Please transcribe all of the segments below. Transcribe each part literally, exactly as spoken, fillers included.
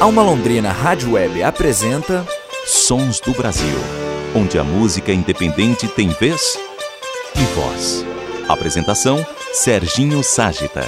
Alma Londrina Rádio Web apresenta Sons do Brasil, onde a música independente tem vez e voz. Apresentação, Serginho Ságita.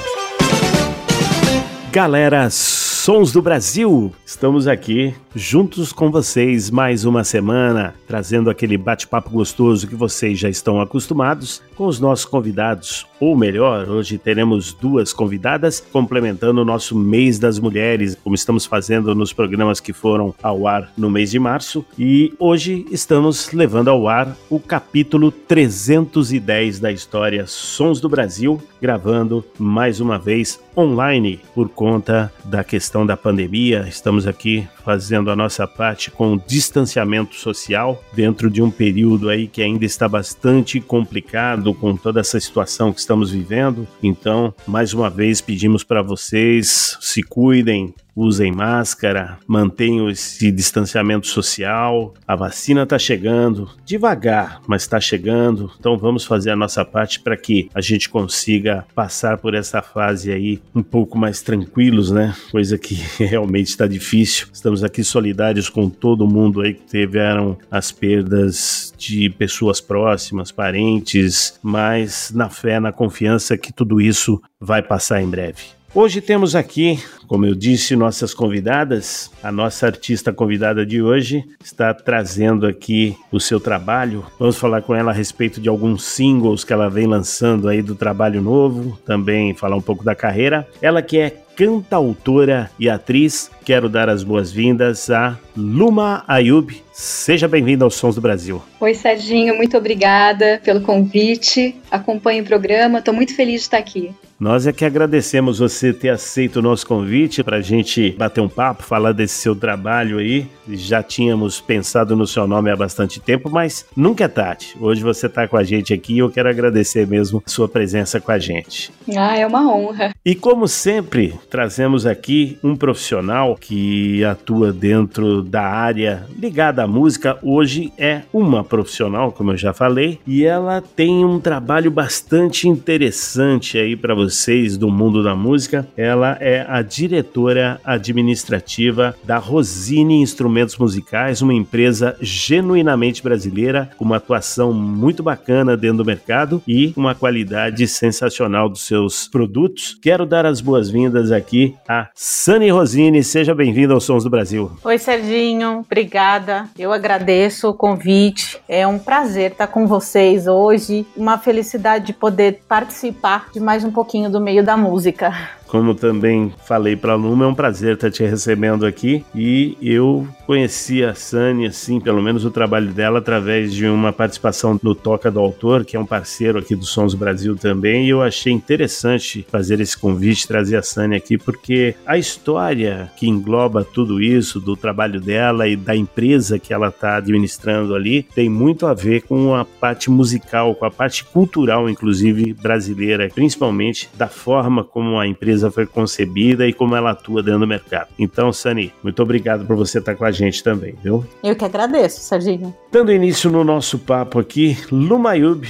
Galera, Sons do Brasil, estamos aqui juntos com vocês mais uma semana, trazendo aquele bate-papo gostoso que vocês já estão acostumados com os nossos convidados, ou melhor, hoje teremos duas convidadas complementando o nosso mês das mulheres, como estamos fazendo nos programas que foram ao ar no mês de março, e hoje estamos levando ao ar o capítulo trezentos e dez da história Sons do Brasil, gravando mais uma vez online por conta da questão da pandemia. Estamos aqui fazendo a nossa parte com distanciamento social dentro de um período aí que ainda está bastante complicado com toda essa situação que estamos vivendo. Então, mais uma vez pedimos para vocês, se cuidem, usem máscara, mantenham esse distanciamento social. A vacina está chegando, devagar, mas está chegando. Então vamos fazer a nossa parte para que a gente consiga passar por essa fase aí um pouco mais tranquilos, né? Coisa que realmente está difícil. Estamos aqui solidários com todo mundo aí que tiveram as perdas de pessoas próximas, parentes, mas na fé, na confiança que tudo isso vai passar em breve. Hoje temos aqui, como eu disse, nossas convidadas. A nossa artista convidada de hoje está trazendo aqui o seu trabalho. Vamos falar com ela a respeito de alguns singles que ela vem lançando aí do trabalho novo, também falar um pouco da carreira. Ela que é cantautora e atriz. Quero dar as boas-vindas a Luma Ayub. Seja bem-vinda aos Sons do Brasil. Oi, Serginho, muito obrigada pelo convite. Acompanho o programa, estou muito feliz de estar aqui. Nós é que agradecemos você ter aceito o nosso convite para a gente bater um papo, falar desse seu trabalho aí. Já tínhamos pensado no seu nome há bastante tempo, mas nunca é tarde. Hoje você está com a gente aqui e eu quero agradecer mesmo a sua presença com a gente. Ah, é uma honra. E como sempre, trazemos aqui um profissional que atua dentro da área ligada à música. Hoje é uma profissional, como eu já falei, e ela tem um trabalho bastante interessante aí para vocês do mundo da música. Ela é a diretora administrativa da Rosine Instrumentos Musicais, uma empresa genuinamente brasileira, com uma atuação muito bacana dentro do mercado e uma qualidade sensacional dos seus produtos. Quero dar as boas-vindas aqui a Sani Rosine. Seja bem-vinda aos Sons do Brasil. Oi, Serginho. Obrigada. Eu agradeço o convite. É um prazer estar com vocês hoje. Uma felicidade de poder participar de mais um pouquinho do meio da música. Como também falei para a Luma, é um prazer estar te recebendo aqui, e eu conheci a Sani, assim, pelo menos o trabalho dela, através de uma participação no Toca do Autor, que é um parceiro aqui do Sons do Brasil também, e eu achei interessante fazer esse convite, trazer a Sani aqui, porque a história que engloba tudo isso, do trabalho dela e da empresa que ela está administrando ali, tem muito a ver com a parte musical, com a parte cultural, inclusive, brasileira, principalmente da forma como a empresa foi concebida e como ela atua dentro do mercado. Então, Sani, muito obrigado por você estar com a gente também, viu? Eu que agradeço, Serginho. Dando início no nosso papo aqui, Luma Ayub,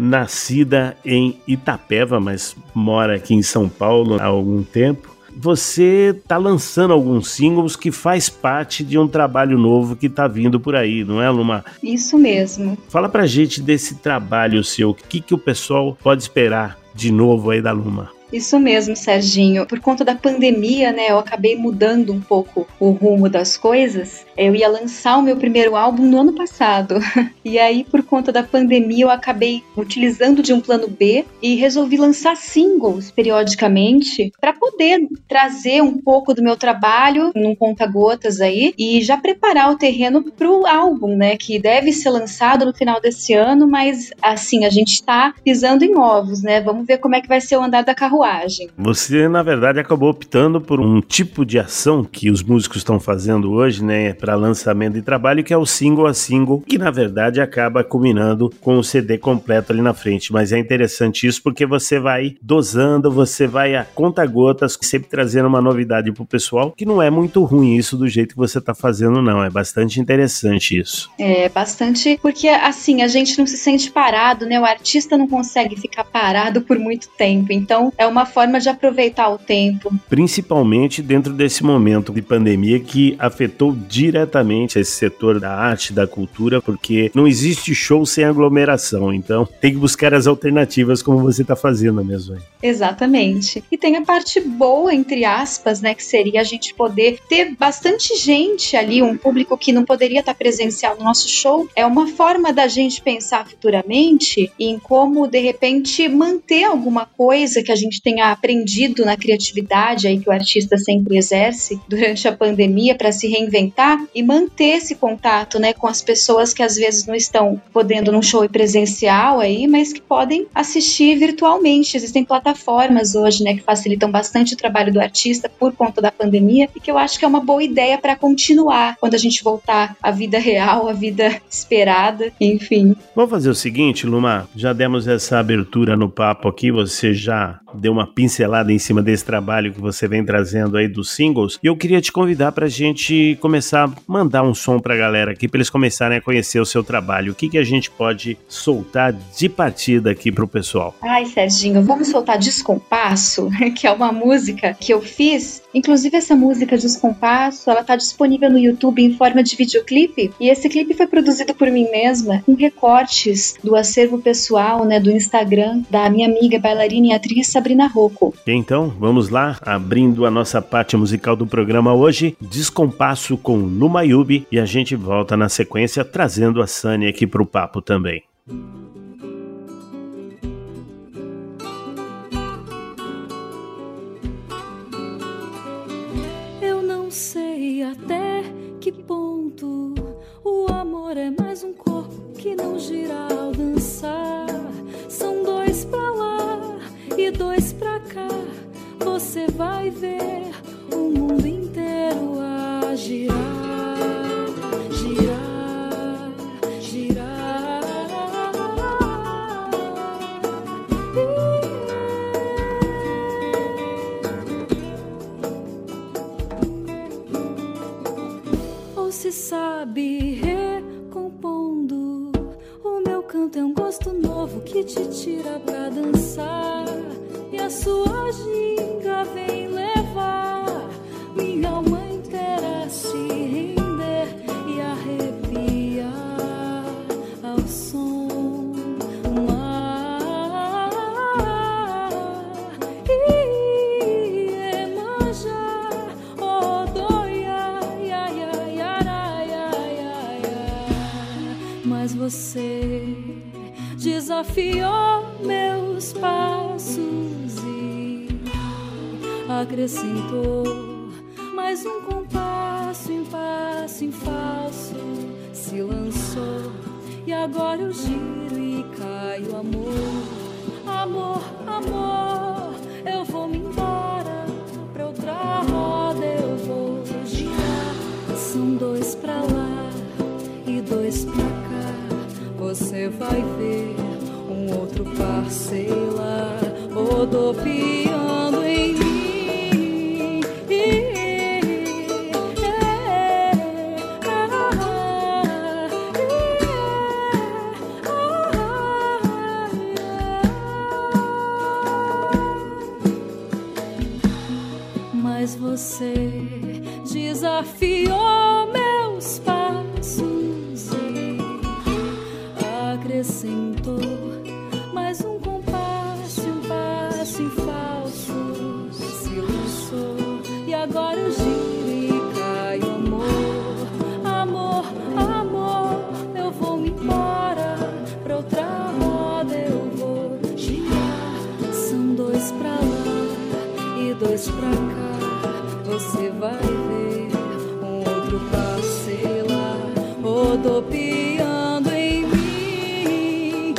nascida em Itapeva, mas mora aqui em São Paulo há algum tempo. Você está lançando alguns singles que faz parte de um trabalho novo que está vindo por aí, não é, Luma? Isso mesmo. Fala pra gente desse trabalho seu, o que, que o pessoal pode esperar de novo aí da Luma? Isso mesmo, Serginho. Por conta da pandemia, né, eu acabei mudando um pouco o rumo das coisas. Eu ia lançar o meu primeiro álbum no ano passado. E aí, por conta da pandemia, eu acabei utilizando de um plano B e resolvi lançar singles periodicamente para poder trazer um pouco do meu trabalho num conta-gotas aí e já preparar o terreno para o álbum, né, que deve ser lançado no final desse ano, mas assim, a gente está pisando em ovos, né? Vamos ver como é que vai ser o andar da carruagem. Você, na verdade, acabou optando por um tipo de ação que os músicos estão fazendo hoje, né, para lançamento de trabalho, que é o single a single, que na verdade acaba culminando com o C D completo ali na frente. Mas é interessante isso porque você vai dosando, você vai a conta-gotas, sempre trazendo uma novidade pro pessoal, que não é muito ruim isso do jeito que você tá fazendo, não. É bastante interessante isso. É, bastante, porque assim, a gente não se sente parado, né? O artista não consegue ficar parado por muito tempo. Então, é é uma forma de aproveitar o tempo. Principalmente dentro desse momento de pandemia que afetou diretamente esse setor da arte, da cultura, porque não existe show sem aglomeração, então tem que buscar as alternativas como você está fazendo mesmo. Exatamente. E tem a parte boa, entre aspas, né, que seria a gente poder ter bastante gente ali, um público que não poderia estar presencial no nosso show. É uma forma da gente pensar futuramente em como, de repente, manter alguma coisa que a gente tenha aprendido na criatividade aí que o artista sempre exerce durante a pandemia para se reinventar e manter esse contato, né, com as pessoas que às vezes não estão podendo num show presencial aí, mas que podem assistir virtualmente. Existem plataformas hoje, né, que facilitam bastante o trabalho do artista por conta da pandemia e que eu acho que é uma boa ideia para continuar quando a gente voltar à vida real, à vida esperada, enfim. Vamos fazer o seguinte, Luma, já demos essa abertura no papo aqui, você já deu uma pincelada em cima desse trabalho que você vem trazendo aí dos singles, e eu queria te convidar pra gente começar a mandar um som pra galera aqui, pra eles começarem a conhecer o seu trabalho. O que que a gente pode soltar de partida aqui pro pessoal? Ai, Serginho, vamos soltar Descompasso, que é uma música que eu fiz. Inclusive essa música Descompasso, ela tá disponível no YouTube em forma de videoclipe, e esse clipe foi produzido por mim mesma, com recortes do acervo pessoal, né, do Instagram da minha amiga bailarina e atriz Sabrina Rocco. Então, vamos lá, abrindo a nossa parte musical do programa hoje, Descompasso com Luma Yubi, e a gente volta na sequência trazendo a Sânia aqui pro papo também. Eu não sei até que ponto o amor é mais um corpo que não gira ao dançar. São dois pra lá e dois pra cá. Você vai ver o mundo inteiro a girar, girar, girar. Ou se sabe recompondo, o meu canto é um gosto novo que te tira pra dançar. E a sua ginga vem levar minha alma inteira a se render e arrepiar ao som mar e emanjar oh doia ia ia ia ia ia. Mas você desafiou meus passos, acrescentou mais um compasso, impasso, em falso, se lançou, e agora eu giro e caio, amor, amor, amor, eu vou me embora, pra outra roda eu vou girar, são dois pra lá e dois pra cá, você vai ver um outro parceiro rodopiando em mim. Mas você desafiou meus passos e acrescentou mais um compasso, um passo em falso, se lançou, e agora eu giro e caio, amor, amor, amor, eu vou me embora, pra outra roda eu vou girar, são dois pra lá e dois pra cá. Você vai ver um outro parceiro lá rodopiando em mim.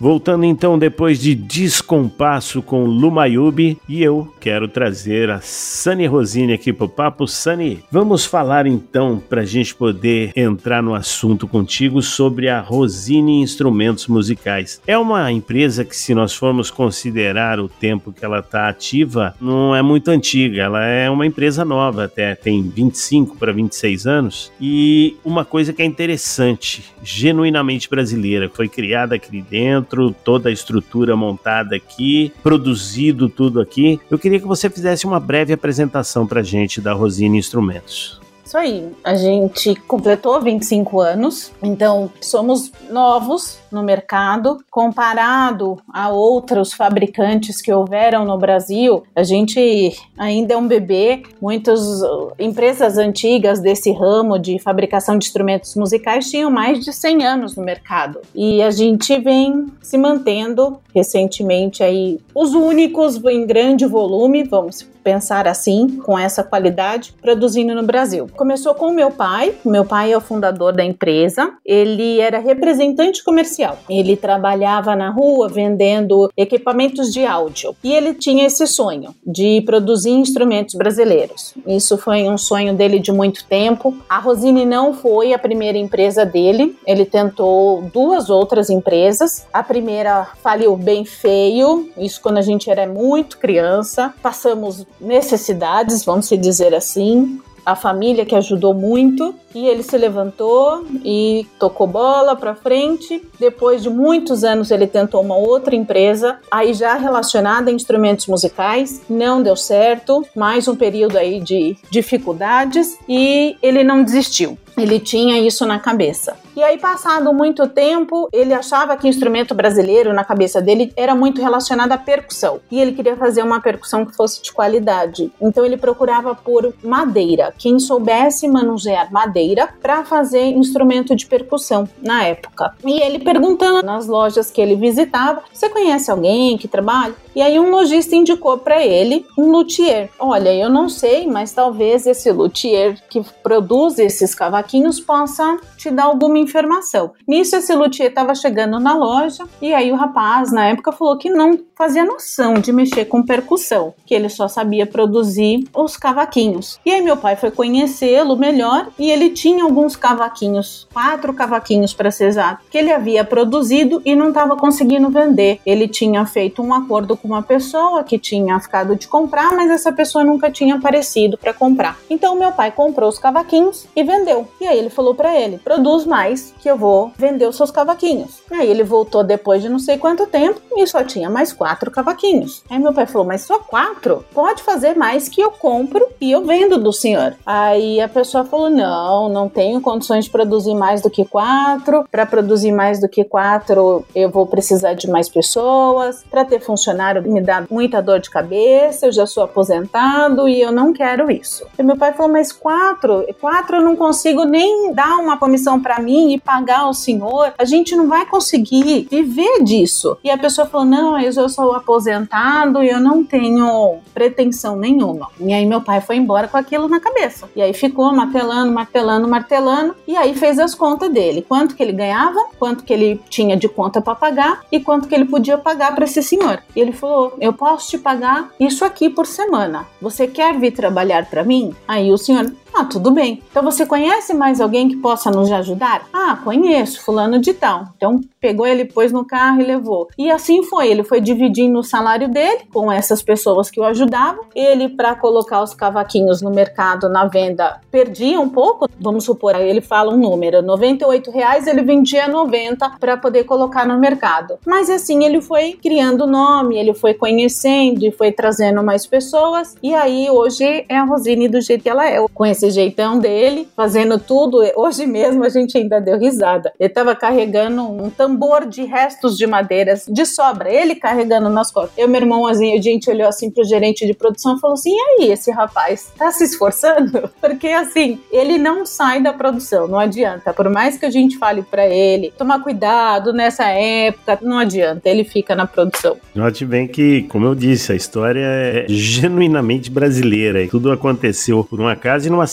Voltando então depois de Descompasso com Lumayubi, e eu quero trazer a Sani Rosini aqui pro papo. Sani, vamos falar então, pra gente poder entrar no assunto contigo, sobre a Rosini Instrumentos Musicais. É uma empresa que, se nós formos considerar o tempo que ela está ativa, não é muito antiga, ela é uma empresa nova, até tem vinte e cinco para vinte e seis anos, e uma coisa que é interessante, genuinamente brasileira, foi criada aqui dentro, toda a estrutura montada aqui, produzido tudo aqui. Eu queria que você fizesse uma breve apresentação para a gente da Rosini Instrumentos. Isso aí, a gente completou vinte e cinco anos, então somos novos no mercado, comparado a outros fabricantes que houveram no Brasil, a gente ainda é um bebê. Muitas empresas antigas desse ramo de fabricação de instrumentos musicais tinham mais de cem anos no mercado, e a gente vem se mantendo recentemente aí os únicos em grande volume, vamos pensar assim, com essa qualidade, produzindo no Brasil. Começou com o meu pai, o meu pai é o fundador da empresa, ele era representante comercial, ele trabalhava na rua vendendo equipamentos de áudio, e ele tinha esse sonho de produzir instrumentos brasileiros. Isso foi um sonho dele de muito tempo. A Rosini não foi a primeira empresa dele, ele tentou duas outras empresas, a primeira faliu bem feio, isso quando a gente era muito criança, passamos necessidades, vamos se dizer assim, a família que ajudou muito, e ele se levantou e tocou bola para frente. Depois de muitos anos ele tentou uma outra empresa, aí já relacionada a instrumentos musicais, não deu certo, mais um período aí de dificuldades, e ele não desistiu. Ele tinha isso na cabeça. E aí, passado muito tempo, ele achava que o instrumento brasileiro, na cabeça dele, era muito relacionado à percussão. E ele queria fazer uma percussão que fosse de qualidade. Então, ele procurava por madeira. Quem soubesse manusear madeira para fazer instrumento de percussão na época. E ele perguntando nas lojas que ele visitava, você conhece alguém que trabalha? E aí, um lojista indicou para ele um luthier. Olha, eu não sei, mas talvez esse luthier que produz esses cavaquinhos possa te dar alguma informação. Nisso, esse luthier estava chegando na loja, e aí o rapaz, na época, falou que não fazia noção de mexer com percussão, que ele só sabia produzir os cavaquinhos. E aí meu pai foi conhecê-lo melhor, e ele tinha alguns cavaquinhos, quatro cavaquinhos para ser exato, que ele havia produzido e não estava conseguindo vender. Ele tinha feito um acordo com uma pessoa que tinha ficado de comprar, mas essa pessoa nunca tinha aparecido para comprar. Então meu pai comprou os cavaquinhos e vendeu. E aí ele falou para ele, produz mais que eu vou vender os seus cavaquinhos. Aí ele voltou depois de não sei quanto tempo e só tinha mais quatro cavaquinhos. Aí meu pai falou, mas só quatro? Pode fazer mais que eu compro e eu vendo do senhor. Aí a pessoa falou, não, não tenho condições de produzir mais do que quatro. Para produzir mais do que quatro, eu vou precisar de mais pessoas. Para ter funcionário me dá muita dor de cabeça, eu já sou aposentado e eu não quero isso. E meu pai falou, mas quatro? Quatro eu não consigo nem dar uma comissão para mim e pagar ao senhor. A gente não vai conseguir viver disso. E a pessoa falou, não, eu já sou aposentado e eu não tenho pretensão nenhuma. E aí meu pai foi embora com aquilo na cabeça. E aí ficou martelando, martelando, martelando, e aí fez as contas dele. Quanto que ele ganhava, quanto que ele tinha de conta para pagar e quanto que ele podia pagar para esse senhor. E ele falou, eu posso te pagar isso aqui por semana. Você quer vir trabalhar para mim? Aí o senhor, ah, tudo bem. Então você conhece mais alguém que possa nos ajudar? Ah, conheço, fulano de tal. Então pegou ele, pôs no carro e levou. E assim foi, ele foi dividindo o salário dele com essas pessoas que o ajudavam. Ele, para colocar os cavaquinhos no mercado, na venda, perdia um pouco. Vamos supor, ele fala um número, noventa e oito reais, ele vendia noventa para poder colocar no mercado. Mas assim, ele foi criando nome, ele foi conhecendo e foi trazendo mais pessoas. E aí, hoje é a Rosini do jeito que ela é, com esse jeitão dele, fazendo tudo. Hoje mesmo a gente ainda deu risada. Ele estava carregando um tambor de restos de madeiras de sobra, ele carregando nas costas. Eu e meu irmão, assim, a gente olhou assim pro gerente de produção e falou assim, e aí, esse rapaz tá se esforçando? Porque assim, ele não sai da produção, não adianta. Por mais que a gente fale para ele, tomar cuidado nessa época, não adianta, ele fica na produção. Note bem que, como eu disse, a história é genuinamente brasileira. Tudo aconteceu por um acaso e numa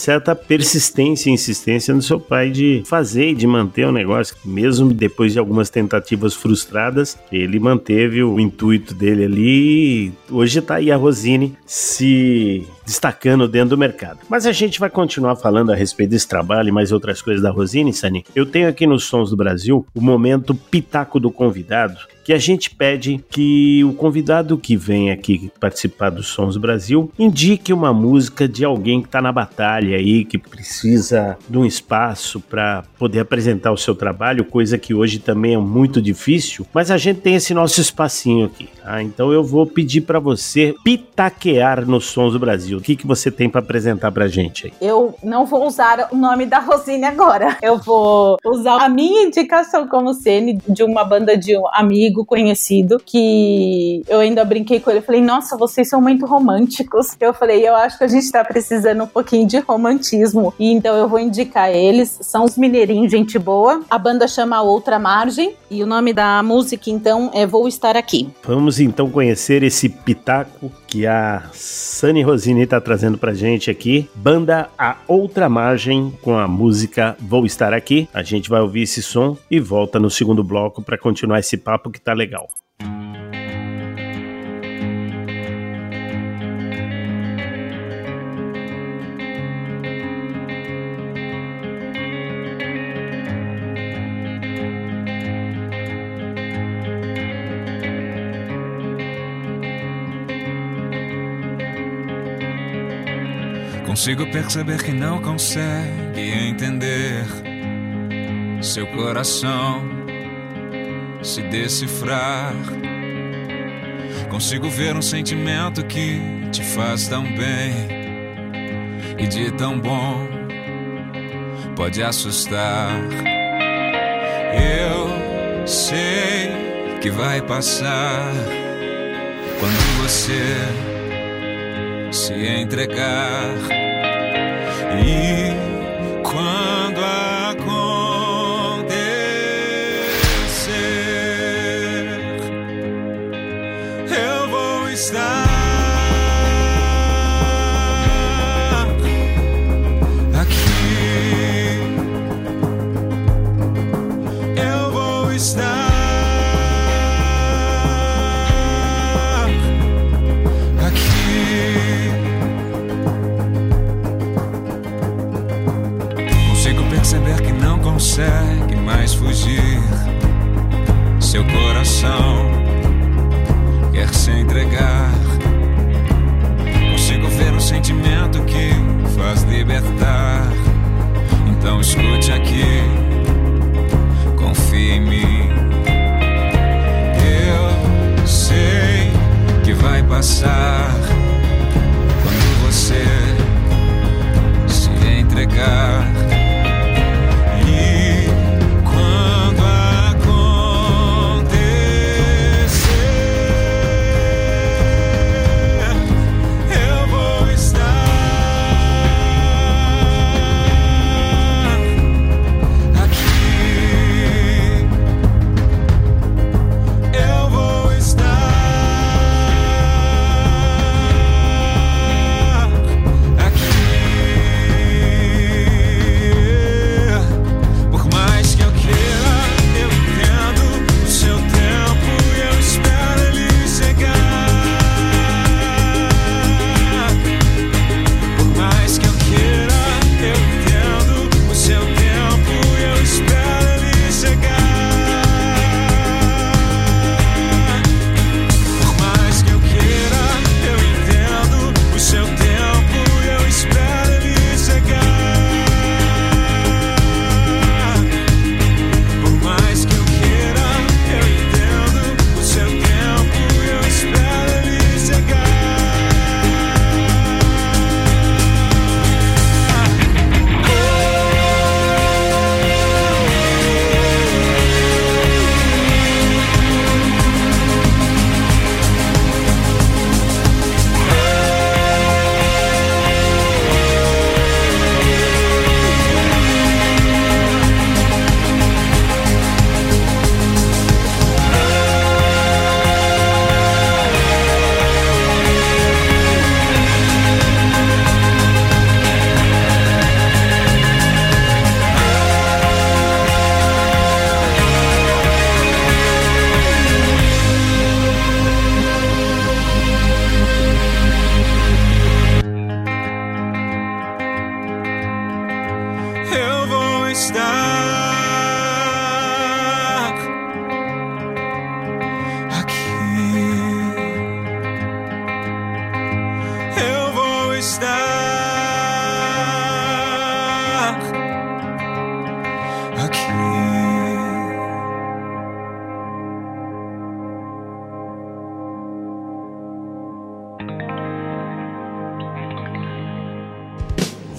certa persistência e insistência no seu pai de fazer e de manter o negócio, mesmo depois de algumas tentativas frustradas, ele manteve o intuito dele ali. Hoje está aí a Rosine se destacando dentro do mercado. Mas a gente vai continuar falando a respeito desse trabalho e mais outras coisas da Rosine, Sani. Eu tenho aqui nos Sons do Brasil o momento Pitaco do Convidado, que a gente pede que o convidado que vem aqui participar dos Sons do Brasil indique uma música de alguém que está na batalha aí, que precisa de um espaço para poder apresentar o seu trabalho, coisa que hoje também é muito difícil, mas a gente tem esse nosso espacinho aqui, tá? Então eu vou pedir para você pitaquear nos Sons do Brasil. O que, que você tem para apresentar pra gente aí? Eu não vou usar o nome da Rosine agora. Eu vou usar a minha indicação como Sene de uma banda de um amigo conhecido, que eu ainda brinquei com ele. Eu falei, nossa, vocês são muito românticos. Eu falei, eu acho que a gente tá precisando um pouquinho de romantismo. E então eu vou indicar eles. São os mineirinhos, gente boa. A banda chama Outra Margem. E o nome da música, então, é Vou Estar Aqui. Vamos então conhecer esse pitaco que a Sani Rosine tá trazendo pra gente aqui. Banda A Outra Margem com a música Vou Estar Aqui. A gente vai ouvir esse som e volta no segundo bloco pra continuar esse papo que tá legal. Consigo perceber que não consegue entender seu coração se decifrar. Consigo ver um sentimento que te faz tão bem e de tão bom pode assustar. Eu sei que vai passar quando você se entregar. E quando acontecer, eu vou estar aqui. Eu vou estar consegue mais fugir. Seu coração quer se entregar. Consigo ver um sentimento que faz libertar. Então escute aqui, confie em mim. Eu sei que vai passar quando você se entregar.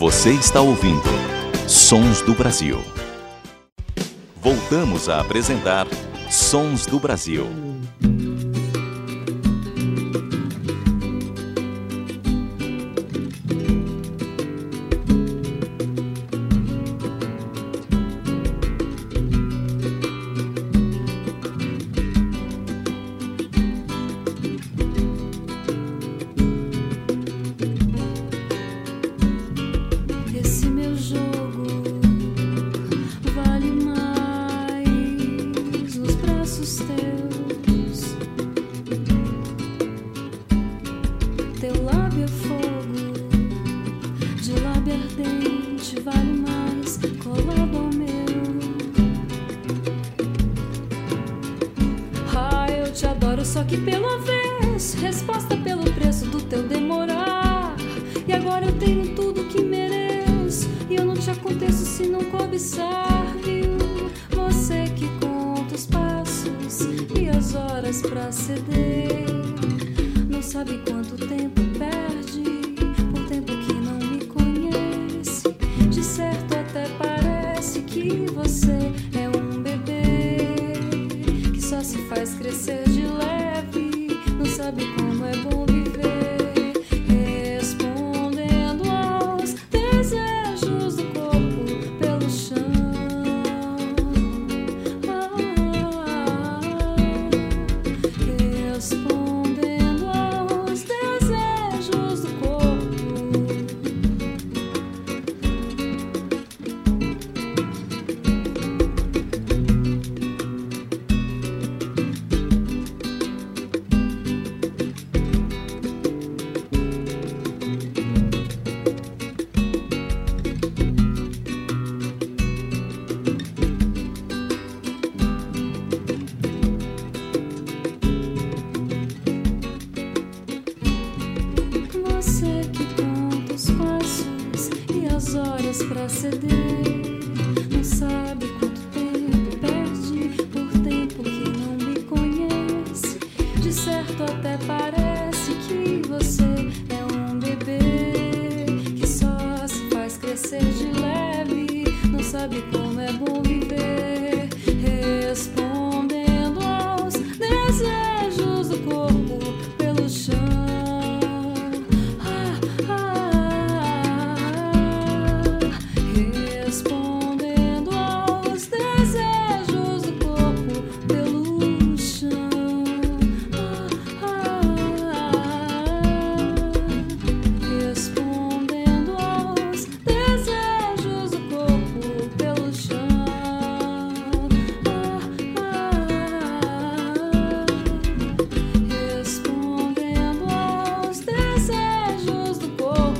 Você está ouvindo Sons do Brasil. Voltamos a apresentar Sons do Brasil. Só que pelo avesso, resposta pelo preço do teu demorar. E agora eu tenho tudo que mereço, e eu não te aconteço se não cobiçar, viu? Você que conta os passos e as horas pra ceder, não sabe quanto tempo perde por tempo que não me conhece. De certo até parece que você é um bebê que só se faz crescer de leve, não sabe como é bom viver, respondendo aos desejos do corpo pelo chão. Ah, respondendo aos desejos do corpo. Você que conta os passos e as horas pra ceder, não sabe quanto tempo perde por tempo que não me conhece. De certo até parece que você é um bebê que só se faz crescer de leve, não sabe como é bom viver, respondendo aos desejos do corpo pelo chão. Respondendo aos desejos do corpo pelo chão. Respondendo aos desejos do corpo pelo chão. Respondendo aos desejos do corpo.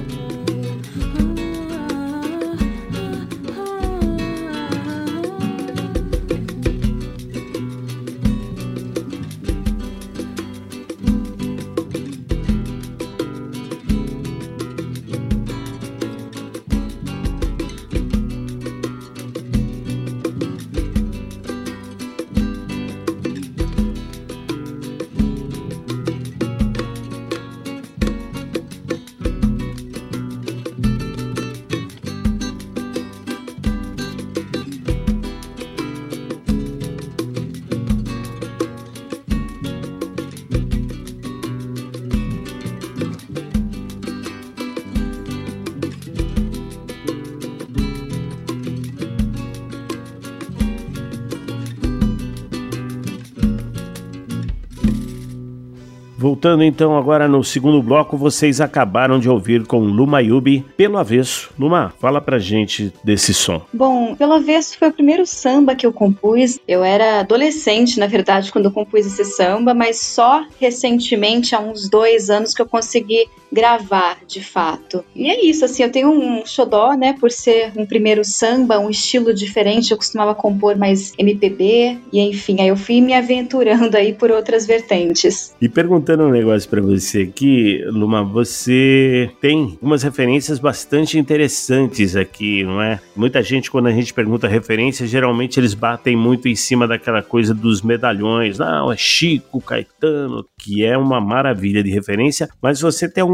Voltando então agora no segundo bloco, vocês acabaram de ouvir com Luma Yubi, Pelo Avesso. Luma, fala pra gente desse som. Bom, Pelo Avesso foi o primeiro samba que eu compus. Eu era adolescente, na verdade, quando eu compus esse samba, mas só recentemente, há uns dois anos, que eu consegui gravar, de fato. E é isso, assim, eu tenho um xodó, né, por ser um primeiro samba, um estilo diferente. Eu costumava compor mais M P B, e enfim, aí eu fui me aventurando aí por outras vertentes. E perguntando um negócio pra você aqui, Luma, você tem umas referências bastante interessantes aqui, não é? Muita gente, quando a gente pergunta referência, geralmente eles batem muito em cima daquela coisa dos medalhões. Não, é Chico, Caetano, que é uma maravilha de referência, mas você tem algumas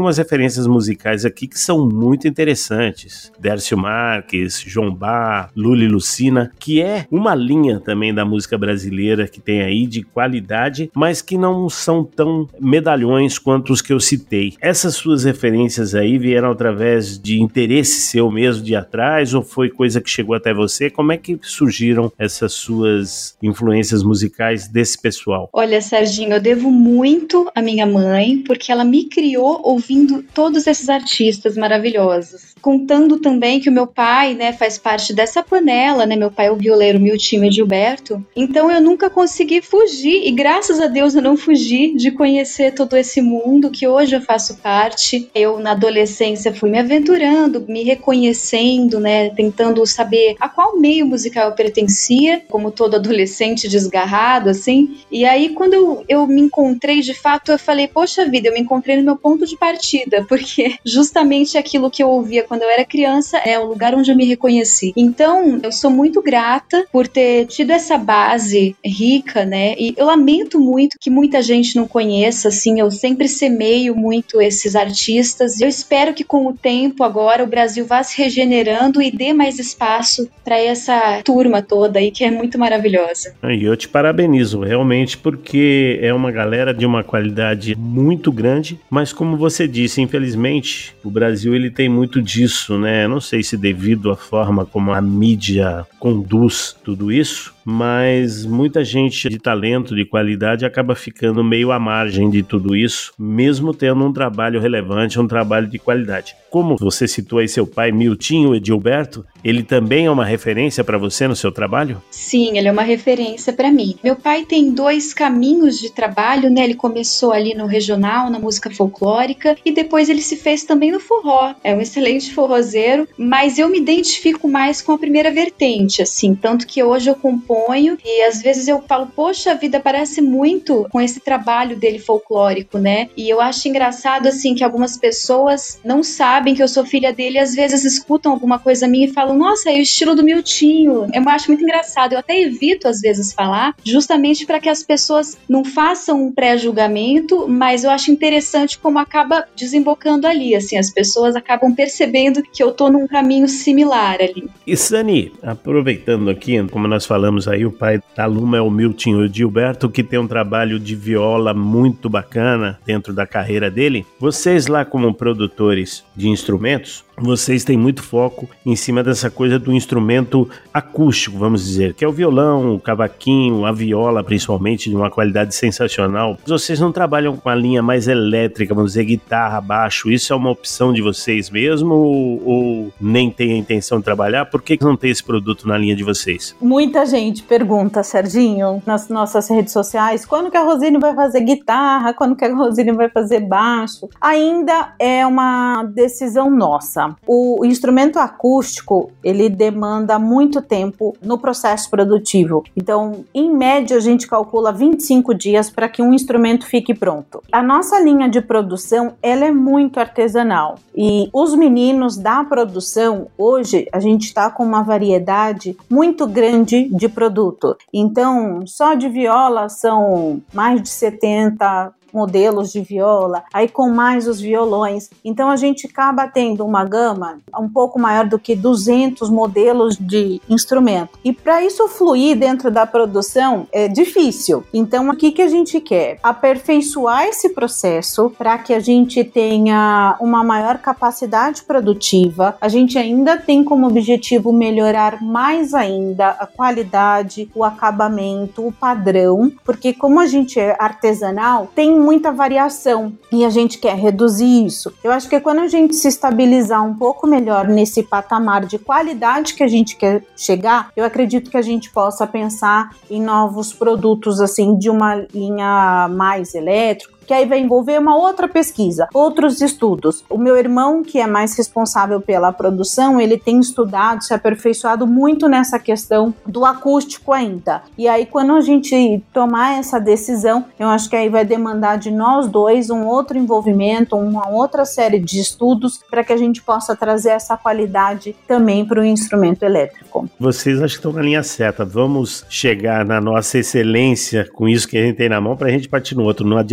algumas referências musicais aqui que são muito interessantes. Dércio Marques, João Bá, Lula e Lucina, que é uma linha também da música brasileira que tem aí de qualidade, mas que não são tão medalhões quanto os que eu citei. Essas suas referências aí vieram através de interesse seu mesmo de atrás, ou foi coisa que chegou até você? Como é que surgiram essas suas influências musicais desse pessoal? Olha, Serginho, eu devo muito à minha mãe, porque ela me criou ouvindo todos esses artistas maravilhosos. Contando também que o meu pai, né, faz parte dessa panela, né? Meu pai é o violeiro Miltinho Edilberto. Então eu nunca consegui fugir, e graças a Deus eu não fugi de conhecer todo esse mundo que hoje eu faço parte. Eu, na adolescência, fui me aventurando, me reconhecendo, né? Tentando saber a qual meio musical eu pertencia, como todo adolescente desgarrado, assim. E aí, quando eu, eu me encontrei, de fato, eu falei, poxa vida, eu me encontrei no meu ponto de partida, porque justamente aquilo que eu ouvia quando eu era criança é o lugar onde eu me reconheci. Então, eu sou muito grata por ter tido essa base rica, né? E eu lamento muito que muita gente não conheça, assim, eu sempre semeio muito esses artistas. Eu espero que com o tempo agora o Brasil vá se regenerando e dê mais espaço para essa turma toda aí, que é muito maravilhosa. E eu te parabenizo, realmente, porque é uma galera de uma qualidade muito grande, mas como você disse, infelizmente, o Brasil ele tem muito disso, né? Não sei se devido à forma como a mídia conduz tudo isso, mas muita gente de talento, de qualidade, acaba ficando meio à margem de tudo isso, mesmo tendo um trabalho relevante, um trabalho de qualidade. Como você citou aí seu pai, Miltinho Edilberto, ele também é uma referência para você no seu trabalho? Sim, ele é uma referência para mim. Meu pai tem dois caminhos de trabalho, né? Ele começou ali no regional, na música folclórica, e depois ele se fez também no forró. É um excelente forrozeiro, mas eu me identifico mais com a primeira vertente, assim, tanto que hoje eu componho e às vezes eu falo, poxa vida, parece muito com esse trabalho dele folclórico, né? E eu acho engraçado, assim, que algumas pessoas não sabem que eu sou filha dele e às vezes escutam alguma coisa minha e falam, nossa, é o estilo do Miltinho. Eu acho muito engraçado, eu até evito às vezes falar, justamente para que as pessoas não façam um pré-julgamento, mas eu acho interessante como acaba desembocando ali, assim, as pessoas acabam percebendo que eu tô num caminho similar ali. E Sani, aproveitando aqui, como nós falamos aí, o pai da Luma é o Miltinho Edilberto, que tem um trabalho de viola muito bacana dentro da carreira dele. Vocês lá como produtores de instrumentos, vocês têm muito foco em cima dessa coisa do instrumento acústico, vamos dizer, que é o violão, o cavaquinho, a viola, principalmente, de uma qualidade sensacional. Vocês não trabalham com a linha mais elétrica, vamos dizer, guitarra, baixo, isso é uma opção de vocês mesmo ou, ou nem tem a intenção de trabalhar? Por que não tem esse produto na linha de vocês? Muita gente pergunta, Serginho, nas nossas redes sociais, quando que a Rosine vai fazer guitarra, quando que a Rosine vai fazer baixo? Ainda é uma decisão nossa. O instrumento acústico, ele demanda muito tempo no processo produtivo. Então, em média, a gente calcula vinte e cinco dias para que um instrumento fique pronto. A nossa linha de produção, ela é muito artesanal. E os meninos da produção, hoje, a gente está com uma variedade muito grande de produto. Então, só de viola são mais de setenta modelos de viola, aí com mais os violões. Então a gente acaba tendo uma gama um pouco maior do que duzentos modelos de instrumento. E para isso fluir dentro da produção é difícil. Então o que que a gente quer? Aperfeiçoar esse processo para que a gente tenha uma maior capacidade produtiva. A gente ainda tem como objetivo melhorar mais ainda a qualidade, o acabamento, o padrão, porque como a gente é artesanal, tem muita variação e a gente quer reduzir isso. Eu acho que quando a gente se estabilizar um pouco melhor nesse patamar de qualidade que a gente quer chegar, eu acredito que a gente possa pensar em novos produtos assim de uma linha mais elétrica, que aí vai envolver uma outra pesquisa, outros estudos. O meu irmão, que é mais responsável pela produção, ele tem estudado, se aperfeiçoado muito nessa questão do acústico ainda. E aí, quando a gente tomar essa decisão, eu acho que aí vai demandar de nós dois um outro envolvimento, uma outra série de estudos para que a gente possa trazer essa qualidade também para o instrumento elétrico. Vocês acho que estão na linha certa. Vamos chegar na nossa excelência com isso que a gente tem na mão para a gente partir no outro. Não adianta querer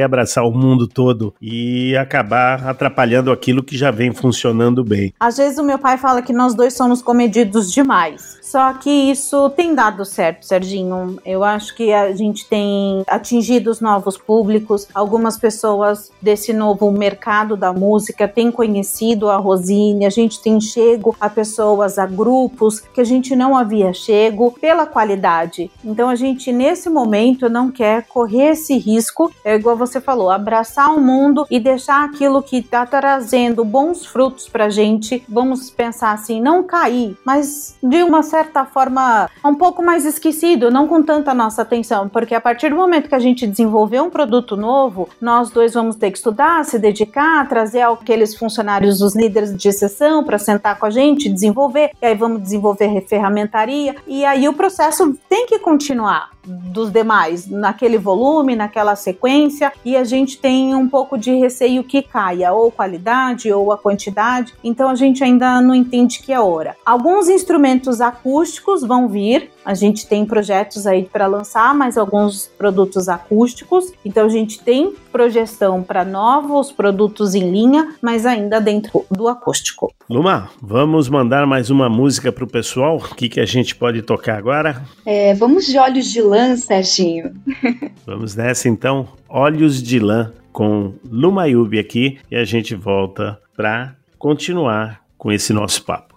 abraçar o mundo todo e acabar atrapalhando aquilo que já vem funcionando bem. Às vezes o meu pai fala que nós dois somos comedidos demais. Só que isso tem dado certo, Serginho. Eu acho que a gente tem atingido os novos públicos. Algumas pessoas desse novo mercado da música têm conhecido a Rosine. A gente tem chego a pessoas, a grupos que a gente não havia chego pela qualidade. Então a gente, nesse momento, não quer correr esse risco. É igual você falou, abraçar o mundo e deixar aquilo que está trazendo bons frutos pra gente. Vamos pensar assim, não cair, mas de uma certa certa forma, um pouco mais esquecido, não com tanta nossa atenção, porque a partir do momento que a gente desenvolver um produto novo, nós dois vamos ter que estudar, se dedicar, trazer aqueles funcionários, os líderes de sessão para sentar com a gente, desenvolver, e aí vamos desenvolver ferramentaria, e aí o processo tem que continuar dos demais, naquele volume, naquela sequência, e a gente tem um pouco de receio que caia, ou qualidade, ou a quantidade, então a gente ainda não entende que é hora. Alguns instrumentos acústicos vão vir, a gente tem projetos aí para lançar mais alguns produtos acústicos, então a gente tem projeção para novos produtos em linha, mas ainda dentro do acústico. Luma, vamos mandar mais uma música para o pessoal? O que, que a gente pode tocar agora? É, vamos de Olhos de Lã, Serginho. Vamos nessa então, Olhos de Lã com Luma Yubi aqui, e a gente volta para continuar com esse nosso papo.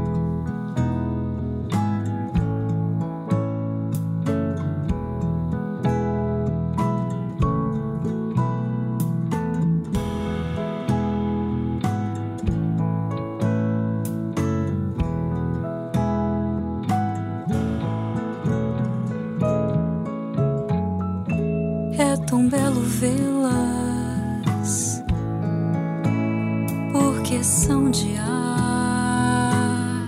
É tão belo vê-las, porque são de ar,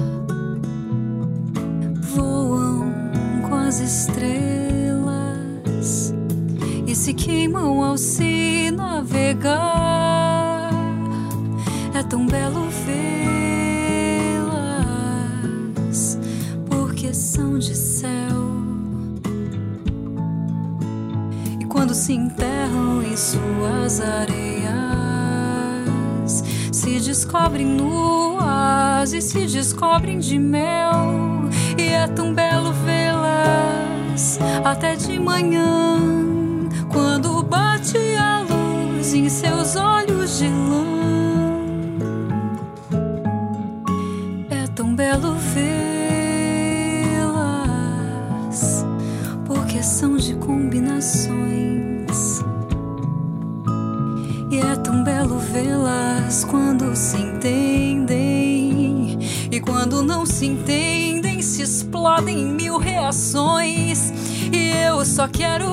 voam com as estrelas e se queimam ao se navegar. É tão belo vê-las, porque são de céu. Quando se enterram em suas areias, se descobrem nuas e se descobrem de mel. E é tão belo vê-las até de manhã, quando bate a luz em seus olhos de lã. É tão belo vê-las, porque são de combinações. E é tão belo vê-las quando se entendem, e quando não se entendem se explodem em mil reações. E eu só quero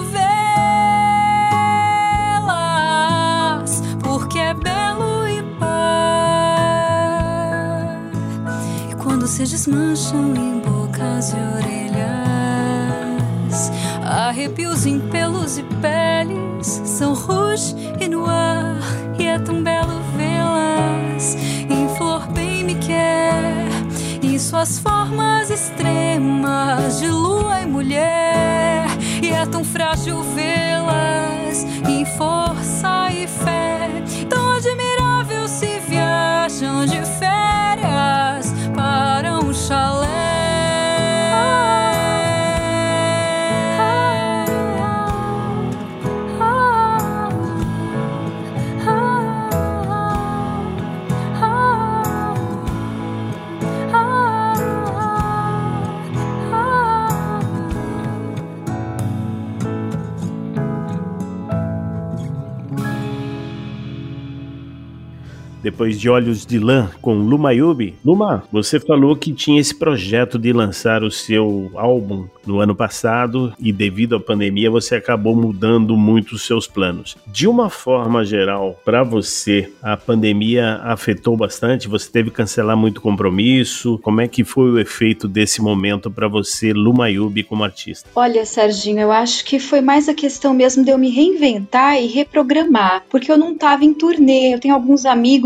vê-las porque é belo e par. E quando se desmancham em bocas e orelhas, arrepios em pelos e peles, são rouge e noir. E é tão belo vê-las em flor bem me quer, em suas formas extremas de lua e mulher. E é tão frágil vê-las em força e fé, tão admirável se viajam de férias para um chalé. Depois de Olhos de Lã com Luma Yubi. Luma, você falou que tinha esse projeto de lançar o seu álbum no ano passado e devido à pandemia você acabou mudando muito os seus planos. De uma forma geral, para você, a pandemia afetou bastante? Você teve que cancelar muito compromisso? Como é que foi o efeito desse momento para você, Luma Yubi, como artista? Olha, Serginho, eu acho que foi mais a questão mesmo de eu me reinventar e reprogramar, porque eu não estava em turnê. Eu tenho alguns amigos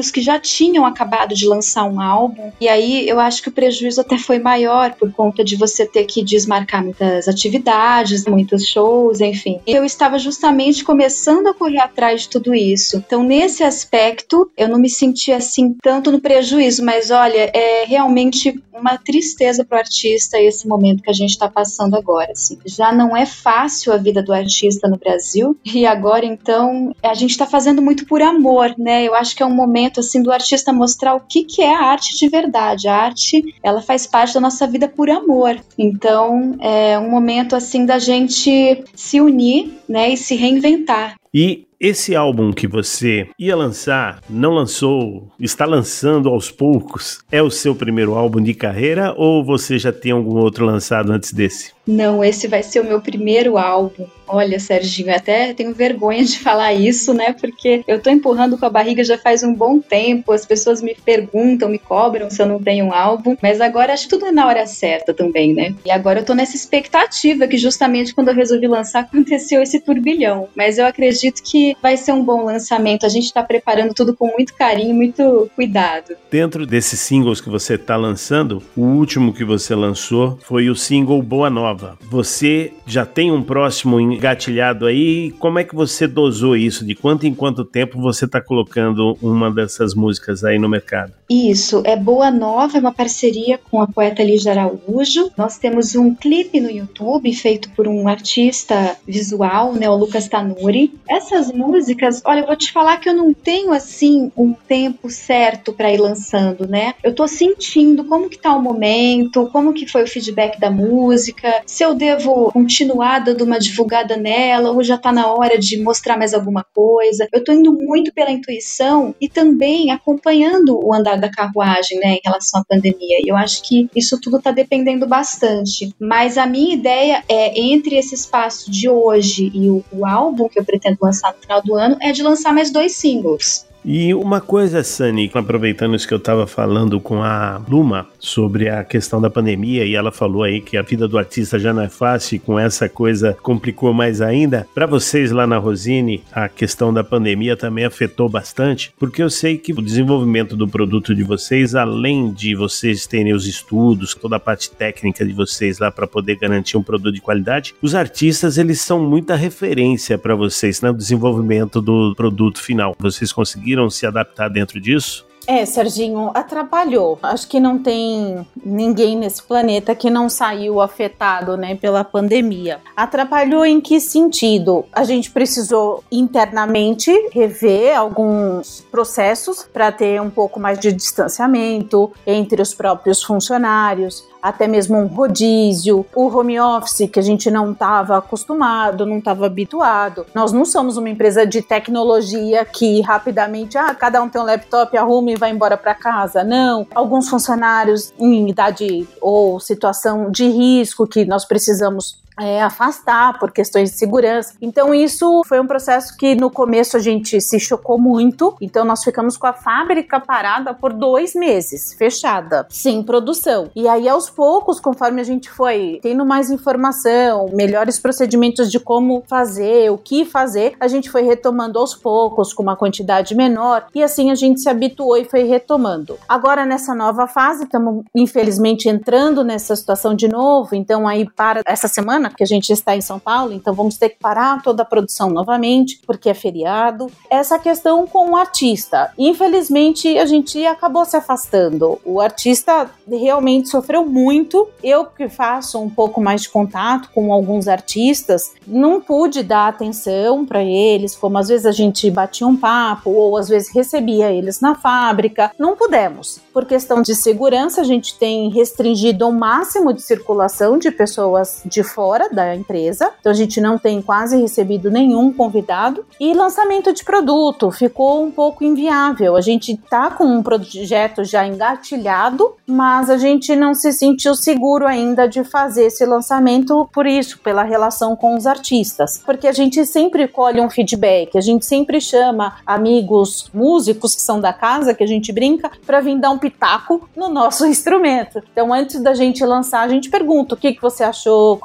amigos que já tinham acabado de lançar um álbum, e aí eu acho que o prejuízo até foi maior por conta de você ter que desmarcar muitas atividades, muitos shows, enfim. Eu estava justamente começando a correr atrás de tudo isso. Então, nesse aspecto, eu não me senti assim tanto no prejuízo, mas olha, é realmente uma tristeza para o artista esse momento que a gente está passando agora. Assim. Já não é fácil a vida do artista no Brasil, e agora, então, a gente está fazendo muito por amor, né? Eu acho que é um momento, assim, do artista mostrar o que, que é a arte de verdade. A arte, ela faz parte da nossa vida por amor. Então, é um momento, assim, da gente se unir, né, e se reinventar. E esse álbum que você ia lançar, não lançou, está lançando aos poucos, é o seu primeiro álbum de carreira ou você já tem algum outro lançado antes desse? Não, esse vai ser o meu primeiro álbum. Olha, Serginho, eu até tenho vergonha de falar isso, né? Porque eu tô empurrando com a barriga já faz um bom tempo, as pessoas me perguntam, me cobram se eu não tenho um álbum, mas agora acho que tudo é na hora certa também, né? E agora eu tô nessa expectativa que justamente quando eu resolvi lançar aconteceu esse turbilhão. Mas eu acredito que vai ser um bom lançamento, a gente tá preparando tudo com muito carinho, muito cuidado. Dentro desses singles que você tá lançando, o último que você lançou foi o single Boa Nova. Você já tem um próximo engatilhado aí? Como é que você dosou isso? De quanto em quanto tempo você está colocando uma dessas músicas aí no mercado? Isso, é Boa Nova, é uma parceria com a poeta Lígia Araújo. Nós temos um clipe no YouTube feito por um artista visual, né, o Lucas Tanuri. Essas músicas, olha, eu vou te falar que eu não tenho, assim, um tempo certo para ir lançando, né? Eu tô sentindo como que tá o momento, como que foi o feedback da música, se eu devo continuar dando uma divulgada nela ou já tá na hora de mostrar mais alguma coisa. Eu tô indo muito pela intuição e também acompanhando o andar da carruagem, né, em relação à pandemia. E eu acho que isso tudo tá dependendo bastante. Mas a minha ideia é, entre esse espaço de hoje e o, o álbum que eu pretendo lançar no final do ano, é de lançar mais dois singles. E uma coisa, Sani, aproveitando isso que eu estava falando com a Luma sobre a questão da pandemia, e ela falou aí que a vida do artista já não é fácil e com essa coisa complicou mais ainda. Para vocês lá na Rosine, a questão da pandemia também afetou bastante, porque eu sei que o desenvolvimento do produto de vocês, além de vocês terem os estudos, toda a parte técnica de vocês lá para poder garantir um produto de qualidade, os artistas, eles são muita referência para vocês, né, no desenvolvimento do produto final. Vocês conseguiram se adaptar dentro disso? É, Serginho, atrapalhou. Acho que não tem ninguém nesse planeta que não saiu afetado, né, pela pandemia. Atrapalhou em que sentido? A gente precisou internamente rever alguns processos para ter um pouco mais de distanciamento entre os próprios funcionários, até mesmo um rodízio, o home office que a gente não estava acostumado, não estava habituado. Nós não somos uma empresa de tecnologia que rapidamente, ah, cada um tem um laptop, arruma e vai embora para casa. Não. Alguns funcionários em idade ou situação de risco que nós precisamos É, afastar por questões de segurança. Então isso foi um processo que no começo a gente se chocou muito, então nós ficamos com a fábrica parada por dois meses, fechada, sem produção. E aí aos poucos, conforme a gente foi tendo mais informação, melhores procedimentos de como fazer, o que fazer, a gente foi retomando aos poucos, com uma quantidade menor, e assim a gente se habituou e foi retomando. Agora nessa nova fase, estamos infelizmente entrando nessa situação de novo, então aí para essa semana, porque a gente está em São Paulo, então vamos ter que parar toda a produção novamente, porque é feriado. Essa questão com o artista, infelizmente a gente acabou se afastando. O artista realmente sofreu muito. Eu que faço um pouco mais de contato com alguns artistas, não pude dar atenção para eles, como às vezes a gente batia um papo, ou às vezes recebia eles na fábrica. Não pudemos. Por questão de segurança, a gente tem restringido ao máximo de circulação de pessoas de fora da empresa, então a gente não tem quase recebido nenhum convidado, e lançamento de produto ficou um pouco inviável. A gente tá com um projeto já engatilhado, mas a gente não se sentiu seguro ainda de fazer esse lançamento por isso, pela relação com os artistas, porque a gente sempre colhe um feedback, a gente sempre chama amigos músicos que são da casa, que a gente brinca, para vir dar um pitaco no nosso instrumento. Então antes da gente lançar, a gente pergunta o que, que você achou, como é que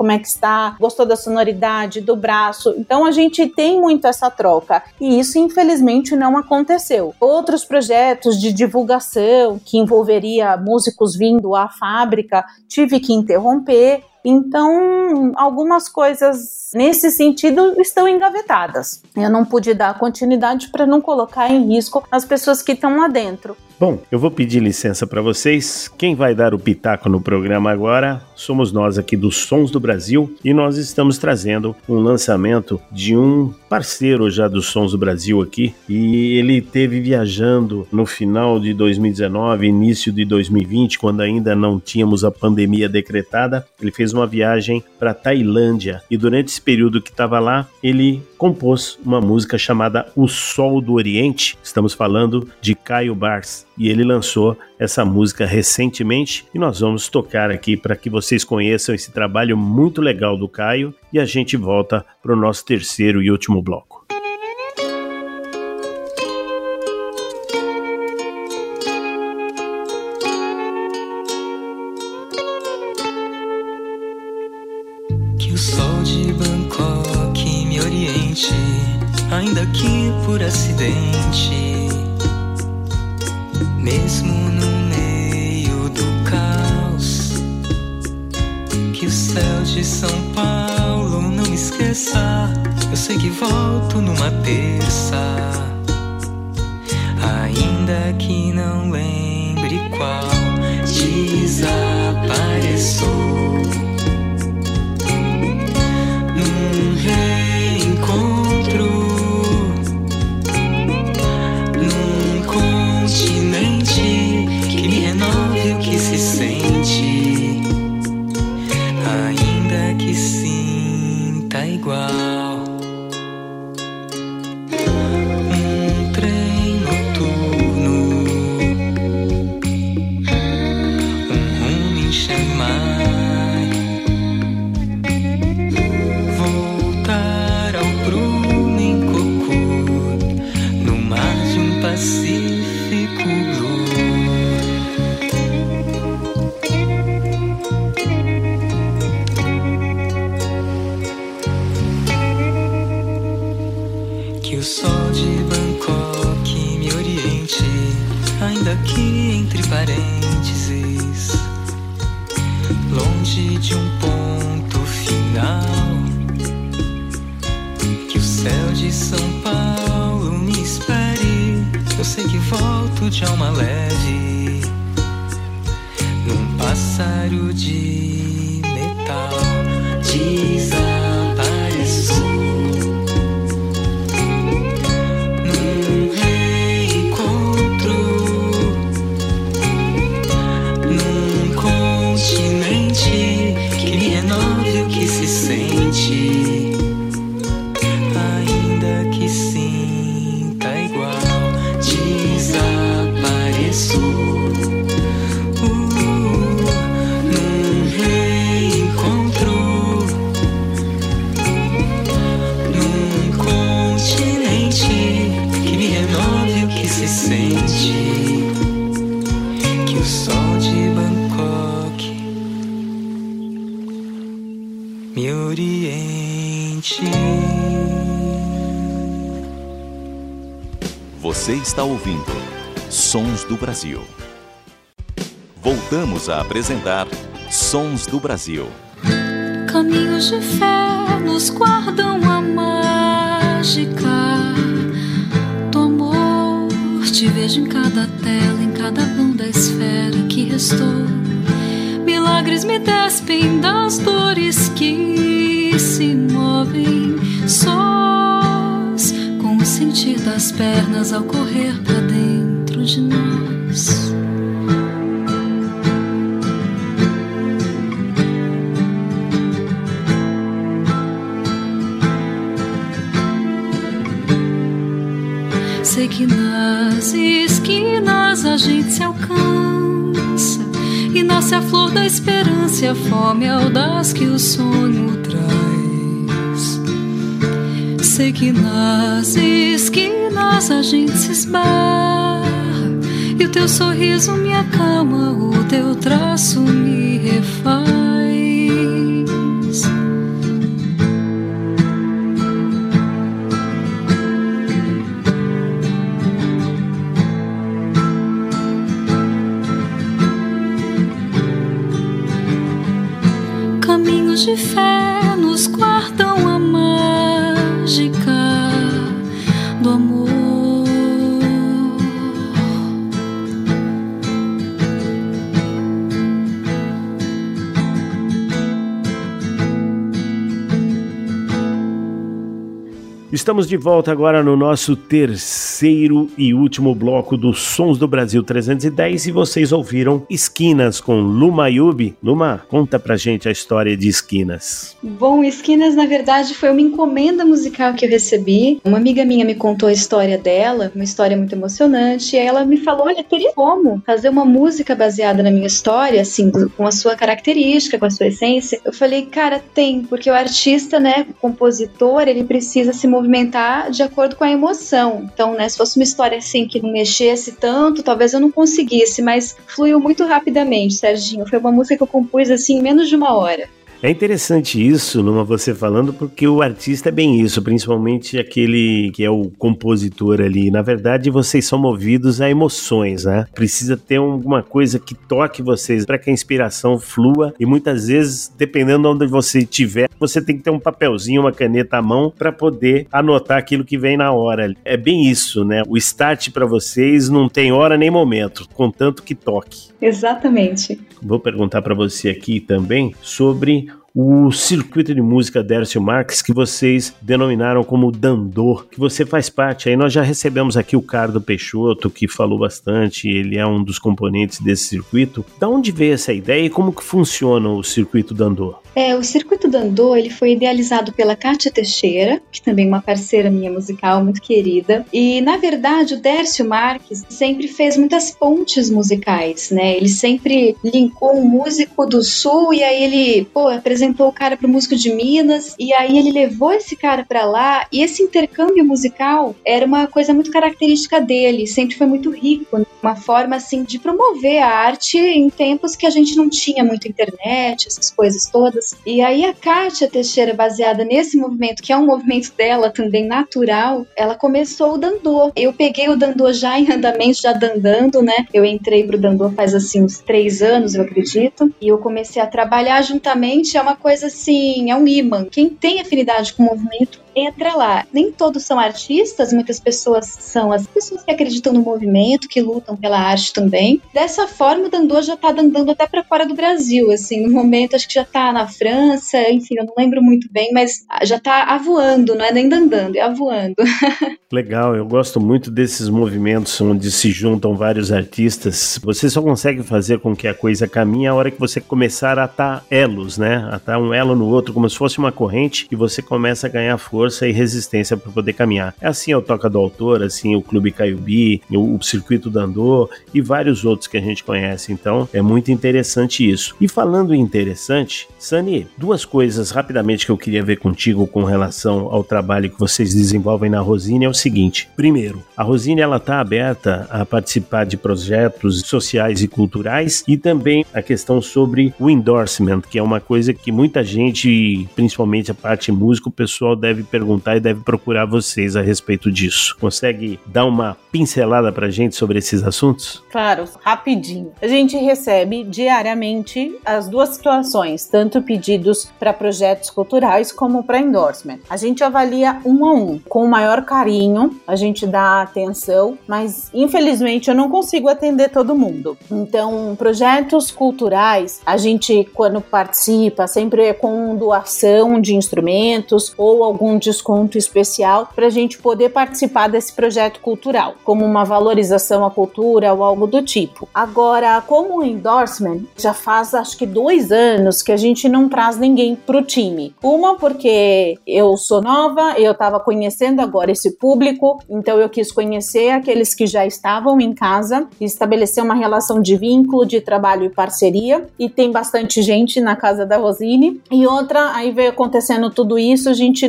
gostar, gostou da sonoridade, do braço. Então a gente tem muito essa troca e isso infelizmente não aconteceu. Outros projetos de divulgação que envolveria músicos vindo à fábrica, tive que interromper. Então, algumas coisas nesse sentido estão engavetadas. Eu não pude dar continuidade para não colocar em risco as pessoas que estão lá dentro. Bom, eu vou pedir licença para vocês. Quem vai dar o pitaco no programa agora somos nós aqui dos Sons do Brasil e nós estamos trazendo um lançamento de um parceiro já dos Sons do Brasil aqui e ele esteve viajando no final de dois mil e dezenove, início de dois mil e vinte, quando ainda não tínhamos a pandemia decretada. Ele fez uma viagem para Tailândia e durante esse período que estava lá, ele compôs uma música chamada O Sol do Oriente. Estamos falando de Caio Bars. E ele lançou essa música recentemente e nós vamos tocar aqui para que vocês conheçam esse trabalho muito legal do Caio e a gente volta para o nosso terceiro e último bloco. Que o sol de Bangkok me oriente, ainda que por acidente. Mesmo no meio do caos, que o céu de São Paulo não me esqueça. Eu sei que volto numa terça, ainda que não lembre qual. Desapareço num reencontro, num continente que me renove o que se sente, ainda que sinta igual. Um trem noturno, um rumo em Chiang Mai, voltar ao prumo em Coco, no mar de um Pacífico Blue. Que o sol de Bangkok me oriente, ainda que entre parênteses, longe de um ponto final. Que o céu de São Paulo me espere, eu sei que volto de alma leve, num pássaro de metal. Desapareço num reencontro, num continente que me renove o que se sente, ainda que sinta igual. Desapareço uh, num reencontro, num continente que me renove o que se sente. Que o sol de Bangkok me oriente. Você está ouvindo Sons do Brasil. Voltamos a apresentar Sons do Brasil. Caminhos de fé nos guardam a mágica do amor. Te vejo em cada tela, em cada vão da esfera que restou. Milagres me despem das dores que se movem sós, com o sentir das pernas ao correr pra dentro de nós. Sei que nas esquinas a gente se alcança e nasce a flor da esperança e a fome audaz que o sonho traz. Sei que nas esquinas a gente se esbarra e o teu sorriso me acalma, o teu traço me refaz. Olhos de fé nos guardam a mágica do amor. Estamos de volta agora no nosso terceiro e último bloco dos Sons do Brasil trezentos e dez e vocês ouviram Esquinas com Luma Ayubi. Luma, conta pra gente a história de Esquinas. Bom, Esquinas na verdade foi uma encomenda musical que eu recebi. Uma amiga minha me contou a história dela, uma história muito emocionante, e aí ela me falou, olha, teria como fazer uma música baseada na minha história, assim, com a sua característica, com a sua essência. Eu falei, cara, tem, porque o artista, né, o compositor, ele precisa se movimentar de acordo com a emoção. Então, né, se fosse uma história assim que não mexesse tanto, talvez eu não conseguisse, mas fluiu muito rapidamente, Serginho. Foi uma música que eu compus assim em menos de uma hora. É interessante isso, Luma, você falando, porque o artista é bem isso, principalmente aquele que é o compositor ali. Na verdade, vocês são movidos a emoções, né? Precisa ter alguma coisa que toque vocês para que a inspiração flua e muitas vezes, dependendo de onde você estiver, você tem que ter um papelzinho, uma caneta à mão para poder anotar aquilo que vem na hora. É bem isso, né? O start para vocês não tem hora nem momento, contanto que toque. Exatamente. Vou perguntar para você aqui também sobre o circuito de música Dércio Marques, que vocês denominaram como Dandô, que você faz parte. Aí nós já recebemos aqui o Cardo Peixoto, que falou bastante, ele é um dos componentes desse circuito. Da onde veio essa ideia e como que funciona o circuito Dandô? É, o Circuito Dandô, ele foi idealizado pela Kátia Teixeira, que também é uma parceira minha musical, muito querida. E, na verdade, o Dércio Marques sempre fez muitas pontes musicais, né? Ele sempre linkou um músico do Sul e aí ele, pô, apresentou o cara pro músico de Minas e aí ele levou esse cara pra lá e esse intercâmbio musical era uma coisa muito característica dele, sempre foi muito rico, né? Uma forma, assim, de promover a arte em tempos que a gente não tinha muita internet, essas coisas todas. E aí a Kátia Teixeira, baseada nesse movimento, que é um movimento dela também natural, ela começou o Dandô. Eu peguei o Dandô já em andamento, já dandando, né? Eu entrei pro Dandô faz assim uns três anos, eu acredito, e eu comecei a trabalhar juntamente, é uma coisa assim, é um imã. Quem tem afinidade com o movimento entra lá. Nem todos são artistas, muitas pessoas são as pessoas que acreditam no movimento, que lutam pela arte também. Dessa forma, o Dandô já tá andando até para fora do Brasil, assim, no momento acho que já tá na França, enfim, eu não lembro muito bem, mas já tá avoando, não é nem andando, é avoando. Legal, eu gosto muito desses movimentos onde se juntam vários artistas. Você só consegue fazer com que a coisa caminhe a hora que você começar a atar elos, né? Atar um elo no outro, como se fosse uma corrente, e você começa a ganhar força e resistência para poder caminhar. É assim o Toca do Autor, assim o Clube Caiubi, o, o Circuito Dandô e vários outros que a gente conhece. Então, é muito interessante isso. E falando em interessante, Sani, duas coisas rapidamente que eu queria ver contigo com relação ao trabalho que vocês desenvolvem na Rosine é o seguinte. Primeiro, a Rosine ela está aberta a participar de projetos sociais e culturais e também a questão sobre o endorsement, que é uma coisa que muita gente, principalmente a parte música, o pessoal deve perguntar e deve procurar vocês a respeito disso. Consegue dar uma pincelada pra gente sobre esses assuntos? Claro, rapidinho. A gente recebe diariamente as duas situações, tanto pedidos para projetos culturais como para endorsement. A gente avalia um a um, com o maior carinho, a gente dá atenção, mas infelizmente eu não consigo atender todo mundo. Então, projetos culturais, a gente quando participa, sempre é com doação de instrumentos ou algum desconto especial para a gente poder participar desse projeto cultural, como uma valorização à cultura ou algo do tipo. Agora, como endorsement, já faz acho que dois anos que a gente não traz ninguém pro time. Uma porque eu sou nova, eu estava conhecendo agora esse público, então eu quis conhecer aqueles que já estavam em casa e estabelecer uma relação de vínculo, de trabalho e parceria, e tem bastante gente na casa da Rosine. E outra, aí veio acontecendo tudo isso, a gente não teve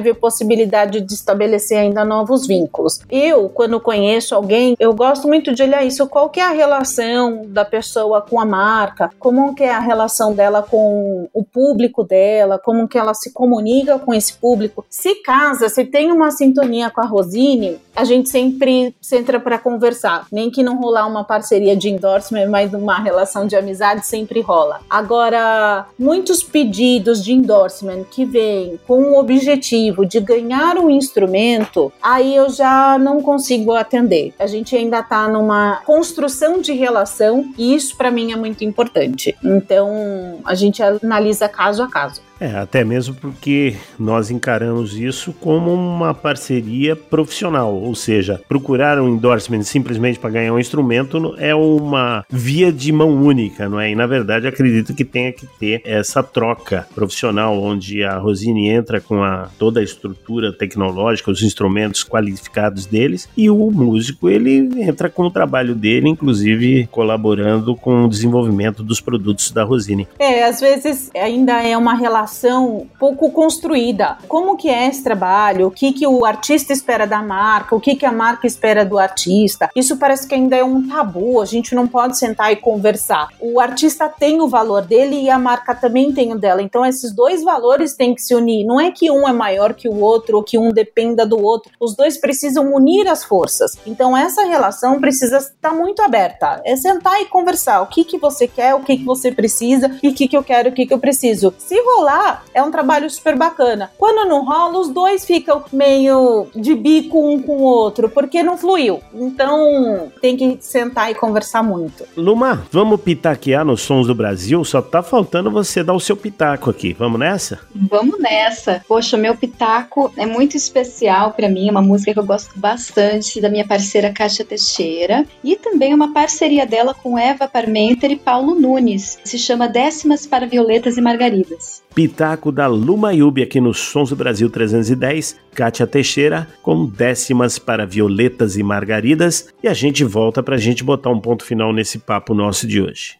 teve possibilidade de estabelecer ainda novos vínculos. Eu, quando conheço alguém, eu gosto muito de olhar isso, qual que é a relação da pessoa com a marca, como que é a relação dela com o público dela, como que ela se comunica com esse público. Se casa, se tem uma sintonia com a Rosine, a gente sempre entra para conversar, nem que não rolar uma parceria de endorsement, mas uma relação de amizade sempre rola. Agora, muitos pedidos de endorsement que vêm com o objetivo de ganhar um instrumento, aí eu já não consigo atender. A gente ainda está numa construção de relação e isso para mim é muito importante. Então, a gente analisa caso a caso. É, até mesmo porque nós encaramos isso como uma parceria profissional, ou seja, procurar um endorsement simplesmente para ganhar um instrumento é uma via de mão única, não é? E na verdade acredito que tenha que ter essa troca profissional, onde a Rosine entra com a, toda a estrutura tecnológica, os instrumentos qualificados deles, e o músico ele entra com o trabalho dele, inclusive colaborando com o desenvolvimento dos produtos da Rosine. É, às vezes ainda é uma relação pouco construída. Como que é esse trabalho? O que que o artista espera da marca? O que que a marca espera do artista? Isso parece que ainda é um tabu, a gente não pode sentar e conversar. O artista tem o valor dele e a marca também tem o dela, então esses dois valores têm que se unir. Não é que um é maior que o outro ou que um dependa do outro, os dois precisam unir as forças. Então essa relação precisa estar muito aberta, é sentar e conversar. O que que você quer, o que que você precisa, e o que que eu quero, o que que eu preciso. Se rolar, é um trabalho super bacana. Quando não rola, os dois ficam meio de bico um com o outro, porque não fluiu. Então, tem que sentar e conversar muito. Luma, vamos pitaquear nos Sons do Brasil? Só tá faltando você dar o seu pitaco aqui. Vamos nessa? Vamos nessa. Poxa, meu pitaco é muito especial pra mim, é uma música que eu gosto bastante, da minha parceira Kátia Teixeira, e também uma parceria dela com Eva Parmenter e Paulo Nunes. Se chama Décimas para Violetas e Margaridas. Pitaco da Luma Yubi aqui no Sons do Brasil trezentos e dez, Kátia Teixeira com Décimas para Violetas e Margaridas, e a gente volta pra gente botar um ponto final nesse papo nosso de hoje.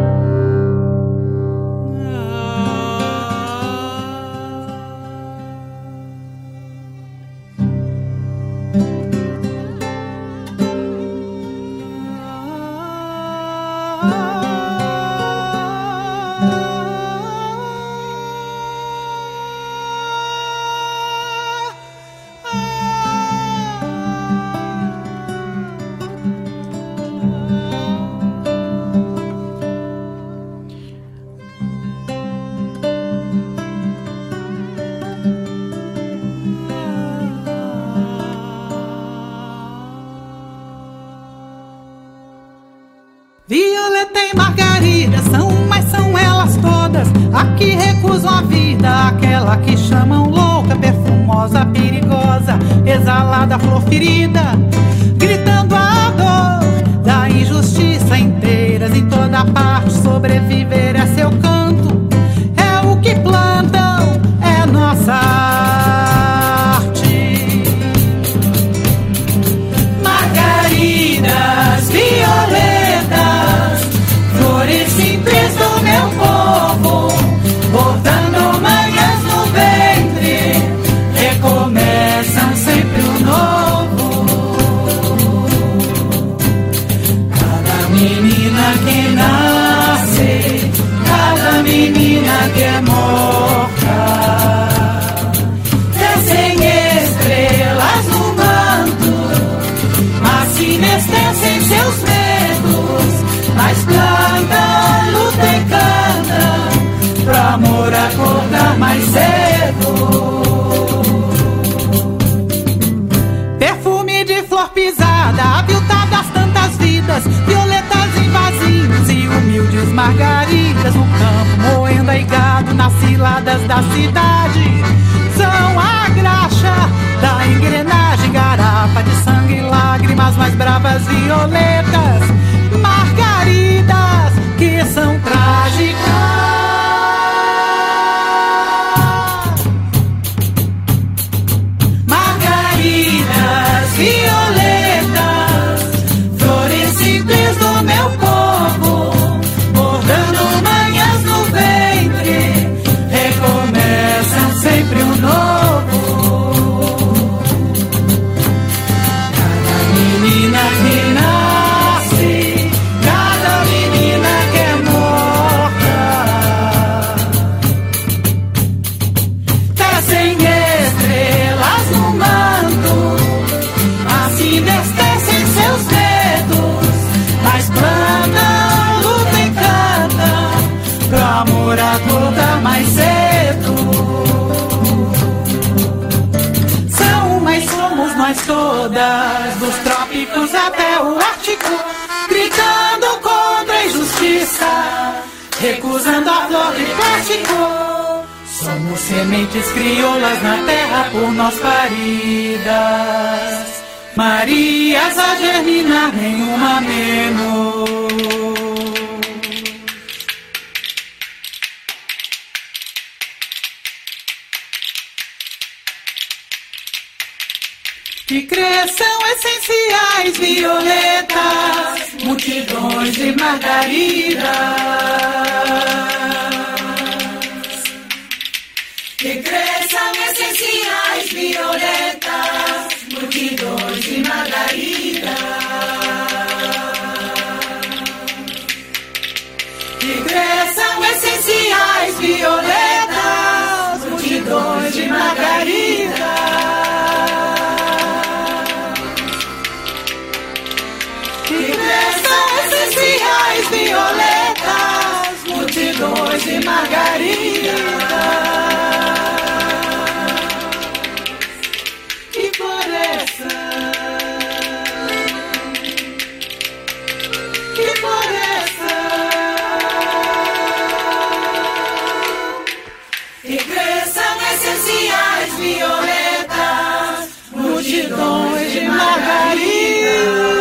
Violeta e Margarida são, mas são elas todas a que recusam a vida, aquela que chamam louca, perfumosa, perigosa, exalada, flor ferida, gritando a dor da injustiça inteiras em toda parte. Sobreviver é seu canto, é o que plantam, é nossa arte. Margaridas, violetas, flores simples do meu povo, bordando manhãs no ventre, recomeçam sempre o novo. Cada menina que nasce, cada menina que é morta, descem estrelas no manto, mas se anestesem seus medos, mas plantam, lutam e cantam, pro amor acordar mais cedo. Perfume de flor pisada, aviltada das tantas vidas, violetas em vasinhos e humildes margaridas no campo, moendo a gado nas ciladas da cidade. São a graxa da engrenagem, garapa de sangue e lágrimas, mais bravas violetas, margaridas que são trágicas. Margaridas, violetas, flores simples do meu povo, bordando manhãs no ventre, recomeçam sempre um novo. nós todas, dos trópicos até o Ártico, gritando contra a injustiça, recusando a flor de plástico. Somos sementes crioulas na terra por nós paridas, Marias a germinar, nenhuma menos. Que cresçam essenciais violetas, multidões de margaridas. Que cresçam essenciais violetas, multidões de margaridas. Que cresçam essenciais violetas, multidões de margaridas. Essenciais violetas, multidões de margaridas. Que floresçam, que floresçam, que cresçam essenciais violetas, multidões de margaridas.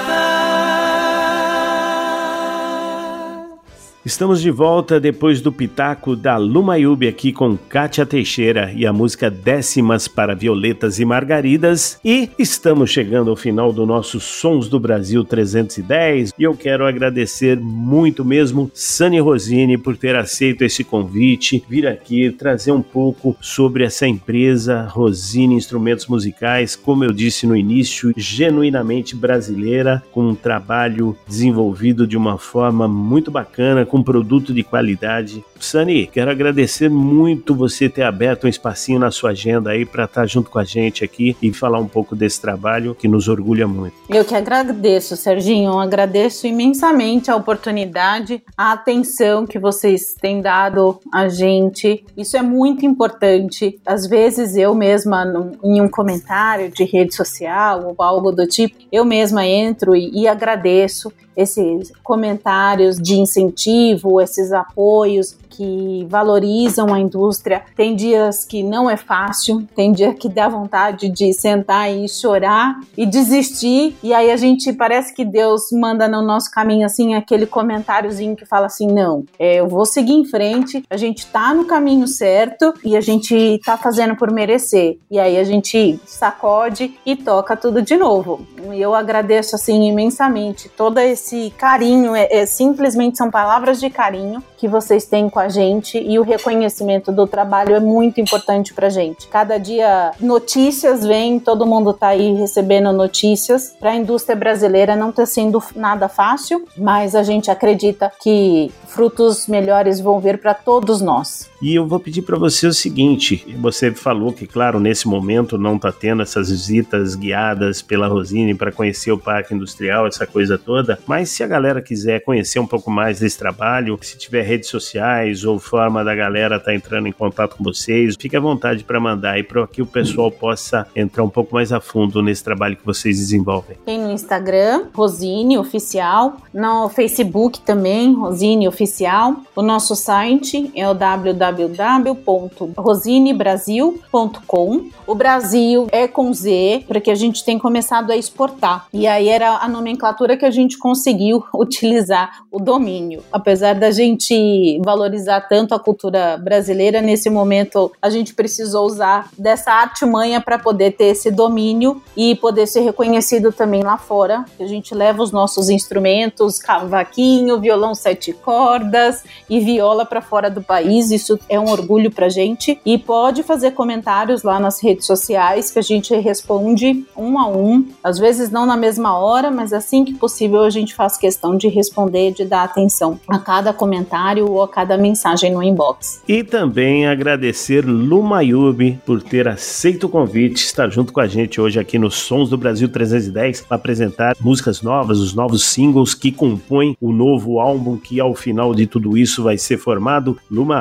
Estamos de volta depois do pitaco da Lumayubi aqui com Kátia Teixeira e a música Décimas para Violetas e Margaridas. E estamos chegando ao final do nosso Sons do Brasil trezentos e dez e eu quero agradecer muito mesmo Sani Rosini por ter aceito esse convite, vir aqui trazer um pouco sobre essa empresa Rosini Instrumentos Musicais, como eu disse no início, genuinamente brasileira, com um trabalho desenvolvido de uma forma muito bacana, com produto de qualidade. Sani, quero agradecer muito você ter aberto um espacinho na sua agenda aí para estar junto com a gente aqui e falar um pouco desse trabalho que nos orgulha muito. Eu que agradeço, Serginho, eu agradeço imensamente a oportunidade, a atenção que vocês têm dado a gente. Isso é muito importante. Às vezes eu mesma, em um comentário de rede social ou algo do tipo, eu mesma entro e, e agradeço esses comentários de incentivo, esses apoios que valorizam a indústria. Tem dias que não é fácil, tem dia que dá vontade de sentar e chorar e desistir, e aí a gente parece que Deus manda no nosso caminho assim aquele comentáriozinho que fala assim, não, é, eu vou seguir em frente, a gente tá no caminho certo e a gente tá fazendo por merecer, e aí a gente sacode e toca tudo de novo. E eu agradeço assim imensamente todo esse carinho, é, é, simplesmente são palavras de carinho que vocês têm com a gente, e o reconhecimento do trabalho é muito importante pra gente. Cada dia notícias vêm, todo mundo tá aí recebendo notícias. Pra indústria brasileira não tá sendo nada fácil, mas a gente acredita que frutos melhores vão vir para todos nós. E eu vou pedir para você o seguinte, você falou que, claro, nesse momento não está tendo essas visitas guiadas pela Rosini para conhecer o Parque Industrial, essa coisa toda, mas se a galera quiser conhecer um pouco mais desse trabalho, se tiver redes sociais ou forma da galera estar tá entrando em contato com vocês, fique à vontade para mandar aí para que o pessoal possa entrar um pouco mais a fundo nesse trabalho que vocês desenvolvem. Tem no Instagram, Rosini Oficial, no Facebook também, Rosini Oficial. O nosso site é o w w w ponto rosini brasil ponto com. O Brasil é com Z, porque a gente tem começado a exportar. E aí era a nomenclatura que a gente conseguiu utilizar o domínio. Apesar da gente valorizar tanto a cultura brasileira, nesse momento a gente precisou usar dessa artimanha para poder ter esse domínio e poder ser reconhecido também lá fora. A gente leva os nossos instrumentos, cavaquinho, violão sete cordas e viola para fora do país. Isso é um orgulho pra gente. E pode fazer comentários lá nas redes sociais que a gente responde um a um. Às vezes não na mesma hora, mas assim que possível a gente faz questão de responder, de dar atenção a cada comentário ou a cada mensagem no inbox. E também agradecer Lumayubi por ter aceito o convite, estar junto com a gente hoje aqui no Sons do Brasil trezentos e dez para apresentar músicas novas, os novos singles que compõem o novo álbum que ao final de tudo isso vai ser formado. Luma, muito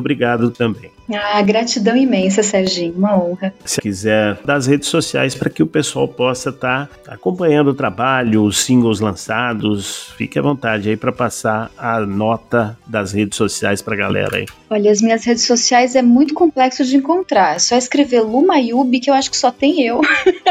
obrigado também. Ah, gratidão imensa, Serginho, uma honra. Se quiser, das redes sociais para que o pessoal possa estar tá acompanhando o trabalho, os singles lançados, fique à vontade aí para passar a nota das redes sociais para a galera aí. Olha, as minhas redes sociais é muito complexo de encontrar, é só escrever Lumayub, que eu acho que só tem eu.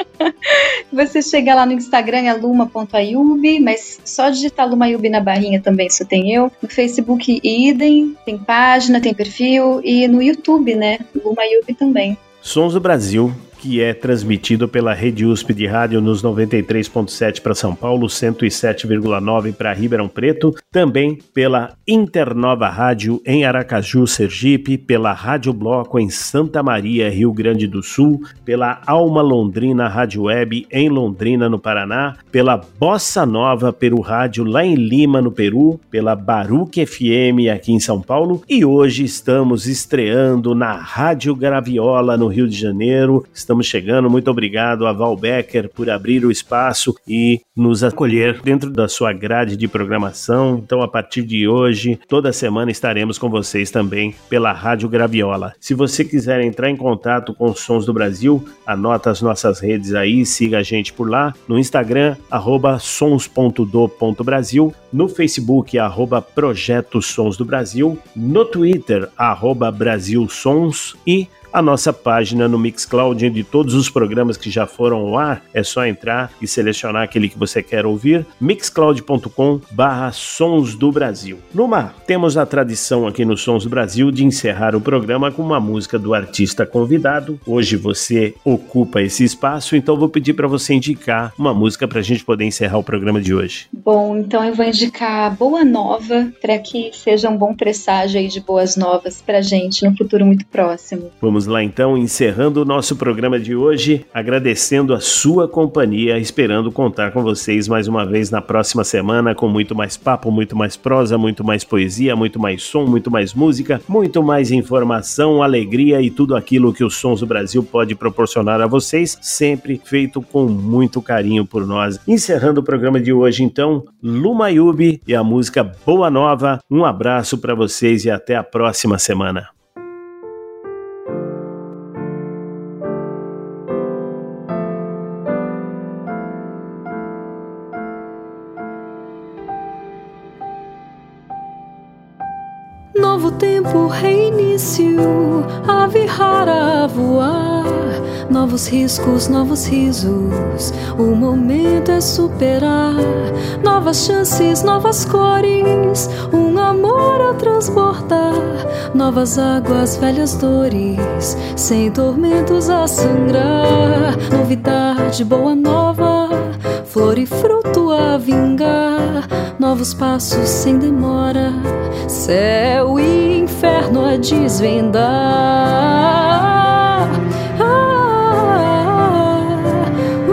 Você chega lá no Instagram, é luma ponto ayub, mas só digitar Lumayub na barrinha também só tem eu. No Facebook, idem, tem página, tem perfil, e no YouTube, né, Lumayub também. Sons do Brasil, que é transmitido pela Rede U S P de Rádio nos noventa e três ponto sete para São Paulo, cento e sete vírgula nove para Ribeirão Preto, também pela Internova Rádio em Aracaju, Sergipe, pela Rádio Bloco em Santa Maria, Rio Grande do Sul, pela Alma Londrina Rádio Web em Londrina, no Paraná, pela Bossa Nova Peru Rádio lá em Lima, no Peru, pela Baruch F M aqui em São Paulo, e hoje estamos estreando na Rádio Graviola no Rio de Janeiro. Estamos chegando, muito obrigado a Val Becker por abrir o espaço e nos acolher dentro da sua grade de programação. Então, a partir de hoje, toda semana estaremos com vocês também pela Rádio Graviola. Se você quiser entrar em contato com os Sons do Brasil, anota as nossas redes aí, siga a gente por lá, no Instagram, arroba sons ponto do ponto brasil, no Facebook, arroba Projeto Sons do Brasil, no Twitter, arroba Brasil Sons, e a nossa página no Mixcloud de todos os programas que já foram ao ar. É só entrar e selecionar aquele que você quer ouvir, mixcloud ponto com barra Sons do Brasil. Luma, temos a tradição aqui no Sons do Brasil de encerrar o programa com uma música do artista convidado. Hoje você ocupa esse espaço, então vou pedir para você indicar uma música para a gente poder encerrar o programa de hoje. Bom, então eu vou indicar Boa Nova, para que seja um bom presságio aí de boas novas para a gente no futuro muito próximo. Vamos lá então, encerrando o nosso programa de hoje, agradecendo a sua companhia, esperando contar com vocês mais uma vez na próxima semana com muito mais papo, muito mais prosa, muito mais poesia, muito mais som, muito mais música, muito mais informação, alegria e tudo aquilo que os Sons do Brasil pode proporcionar a vocês, sempre feito com muito carinho por nós. Encerrando o programa de hoje então, Lumayub e a música Boa Nova. Um abraço para vocês e até a próxima semana. Novo tempo, reinício, ave rara a voar. Novos riscos, novos risos, o momento é superar. Novas chances, novas cores, um amor a transbordar. Novas águas, velhas dores, sem tormentos a sangrar. Novidade, boa nova, flor e fruto a vingar. Novos passos sem demora, céu e inferno a desvendar. Ah, uh,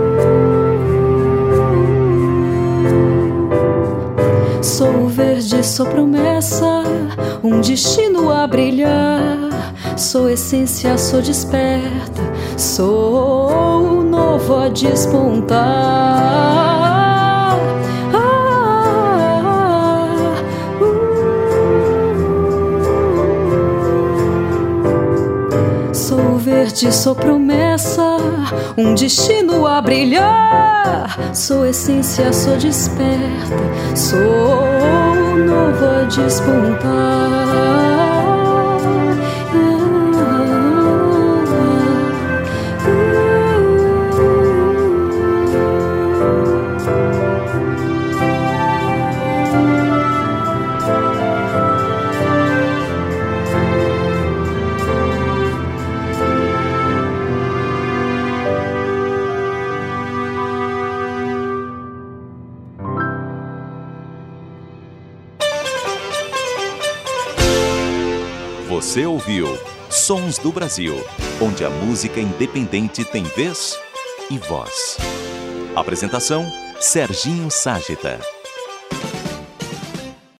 uh. Sou o verde, sou promessa, um destino a brilhar. Sou essência, sou desperta, sou o novo a despontar. Verde, sou promessa, um destino a brilhar. Sou essência, sou desperta, sou o novo a despontar. Você ouviu Sons do Brasil, onde a música independente tem vez e voz. Apresentação: Serginho Ságita.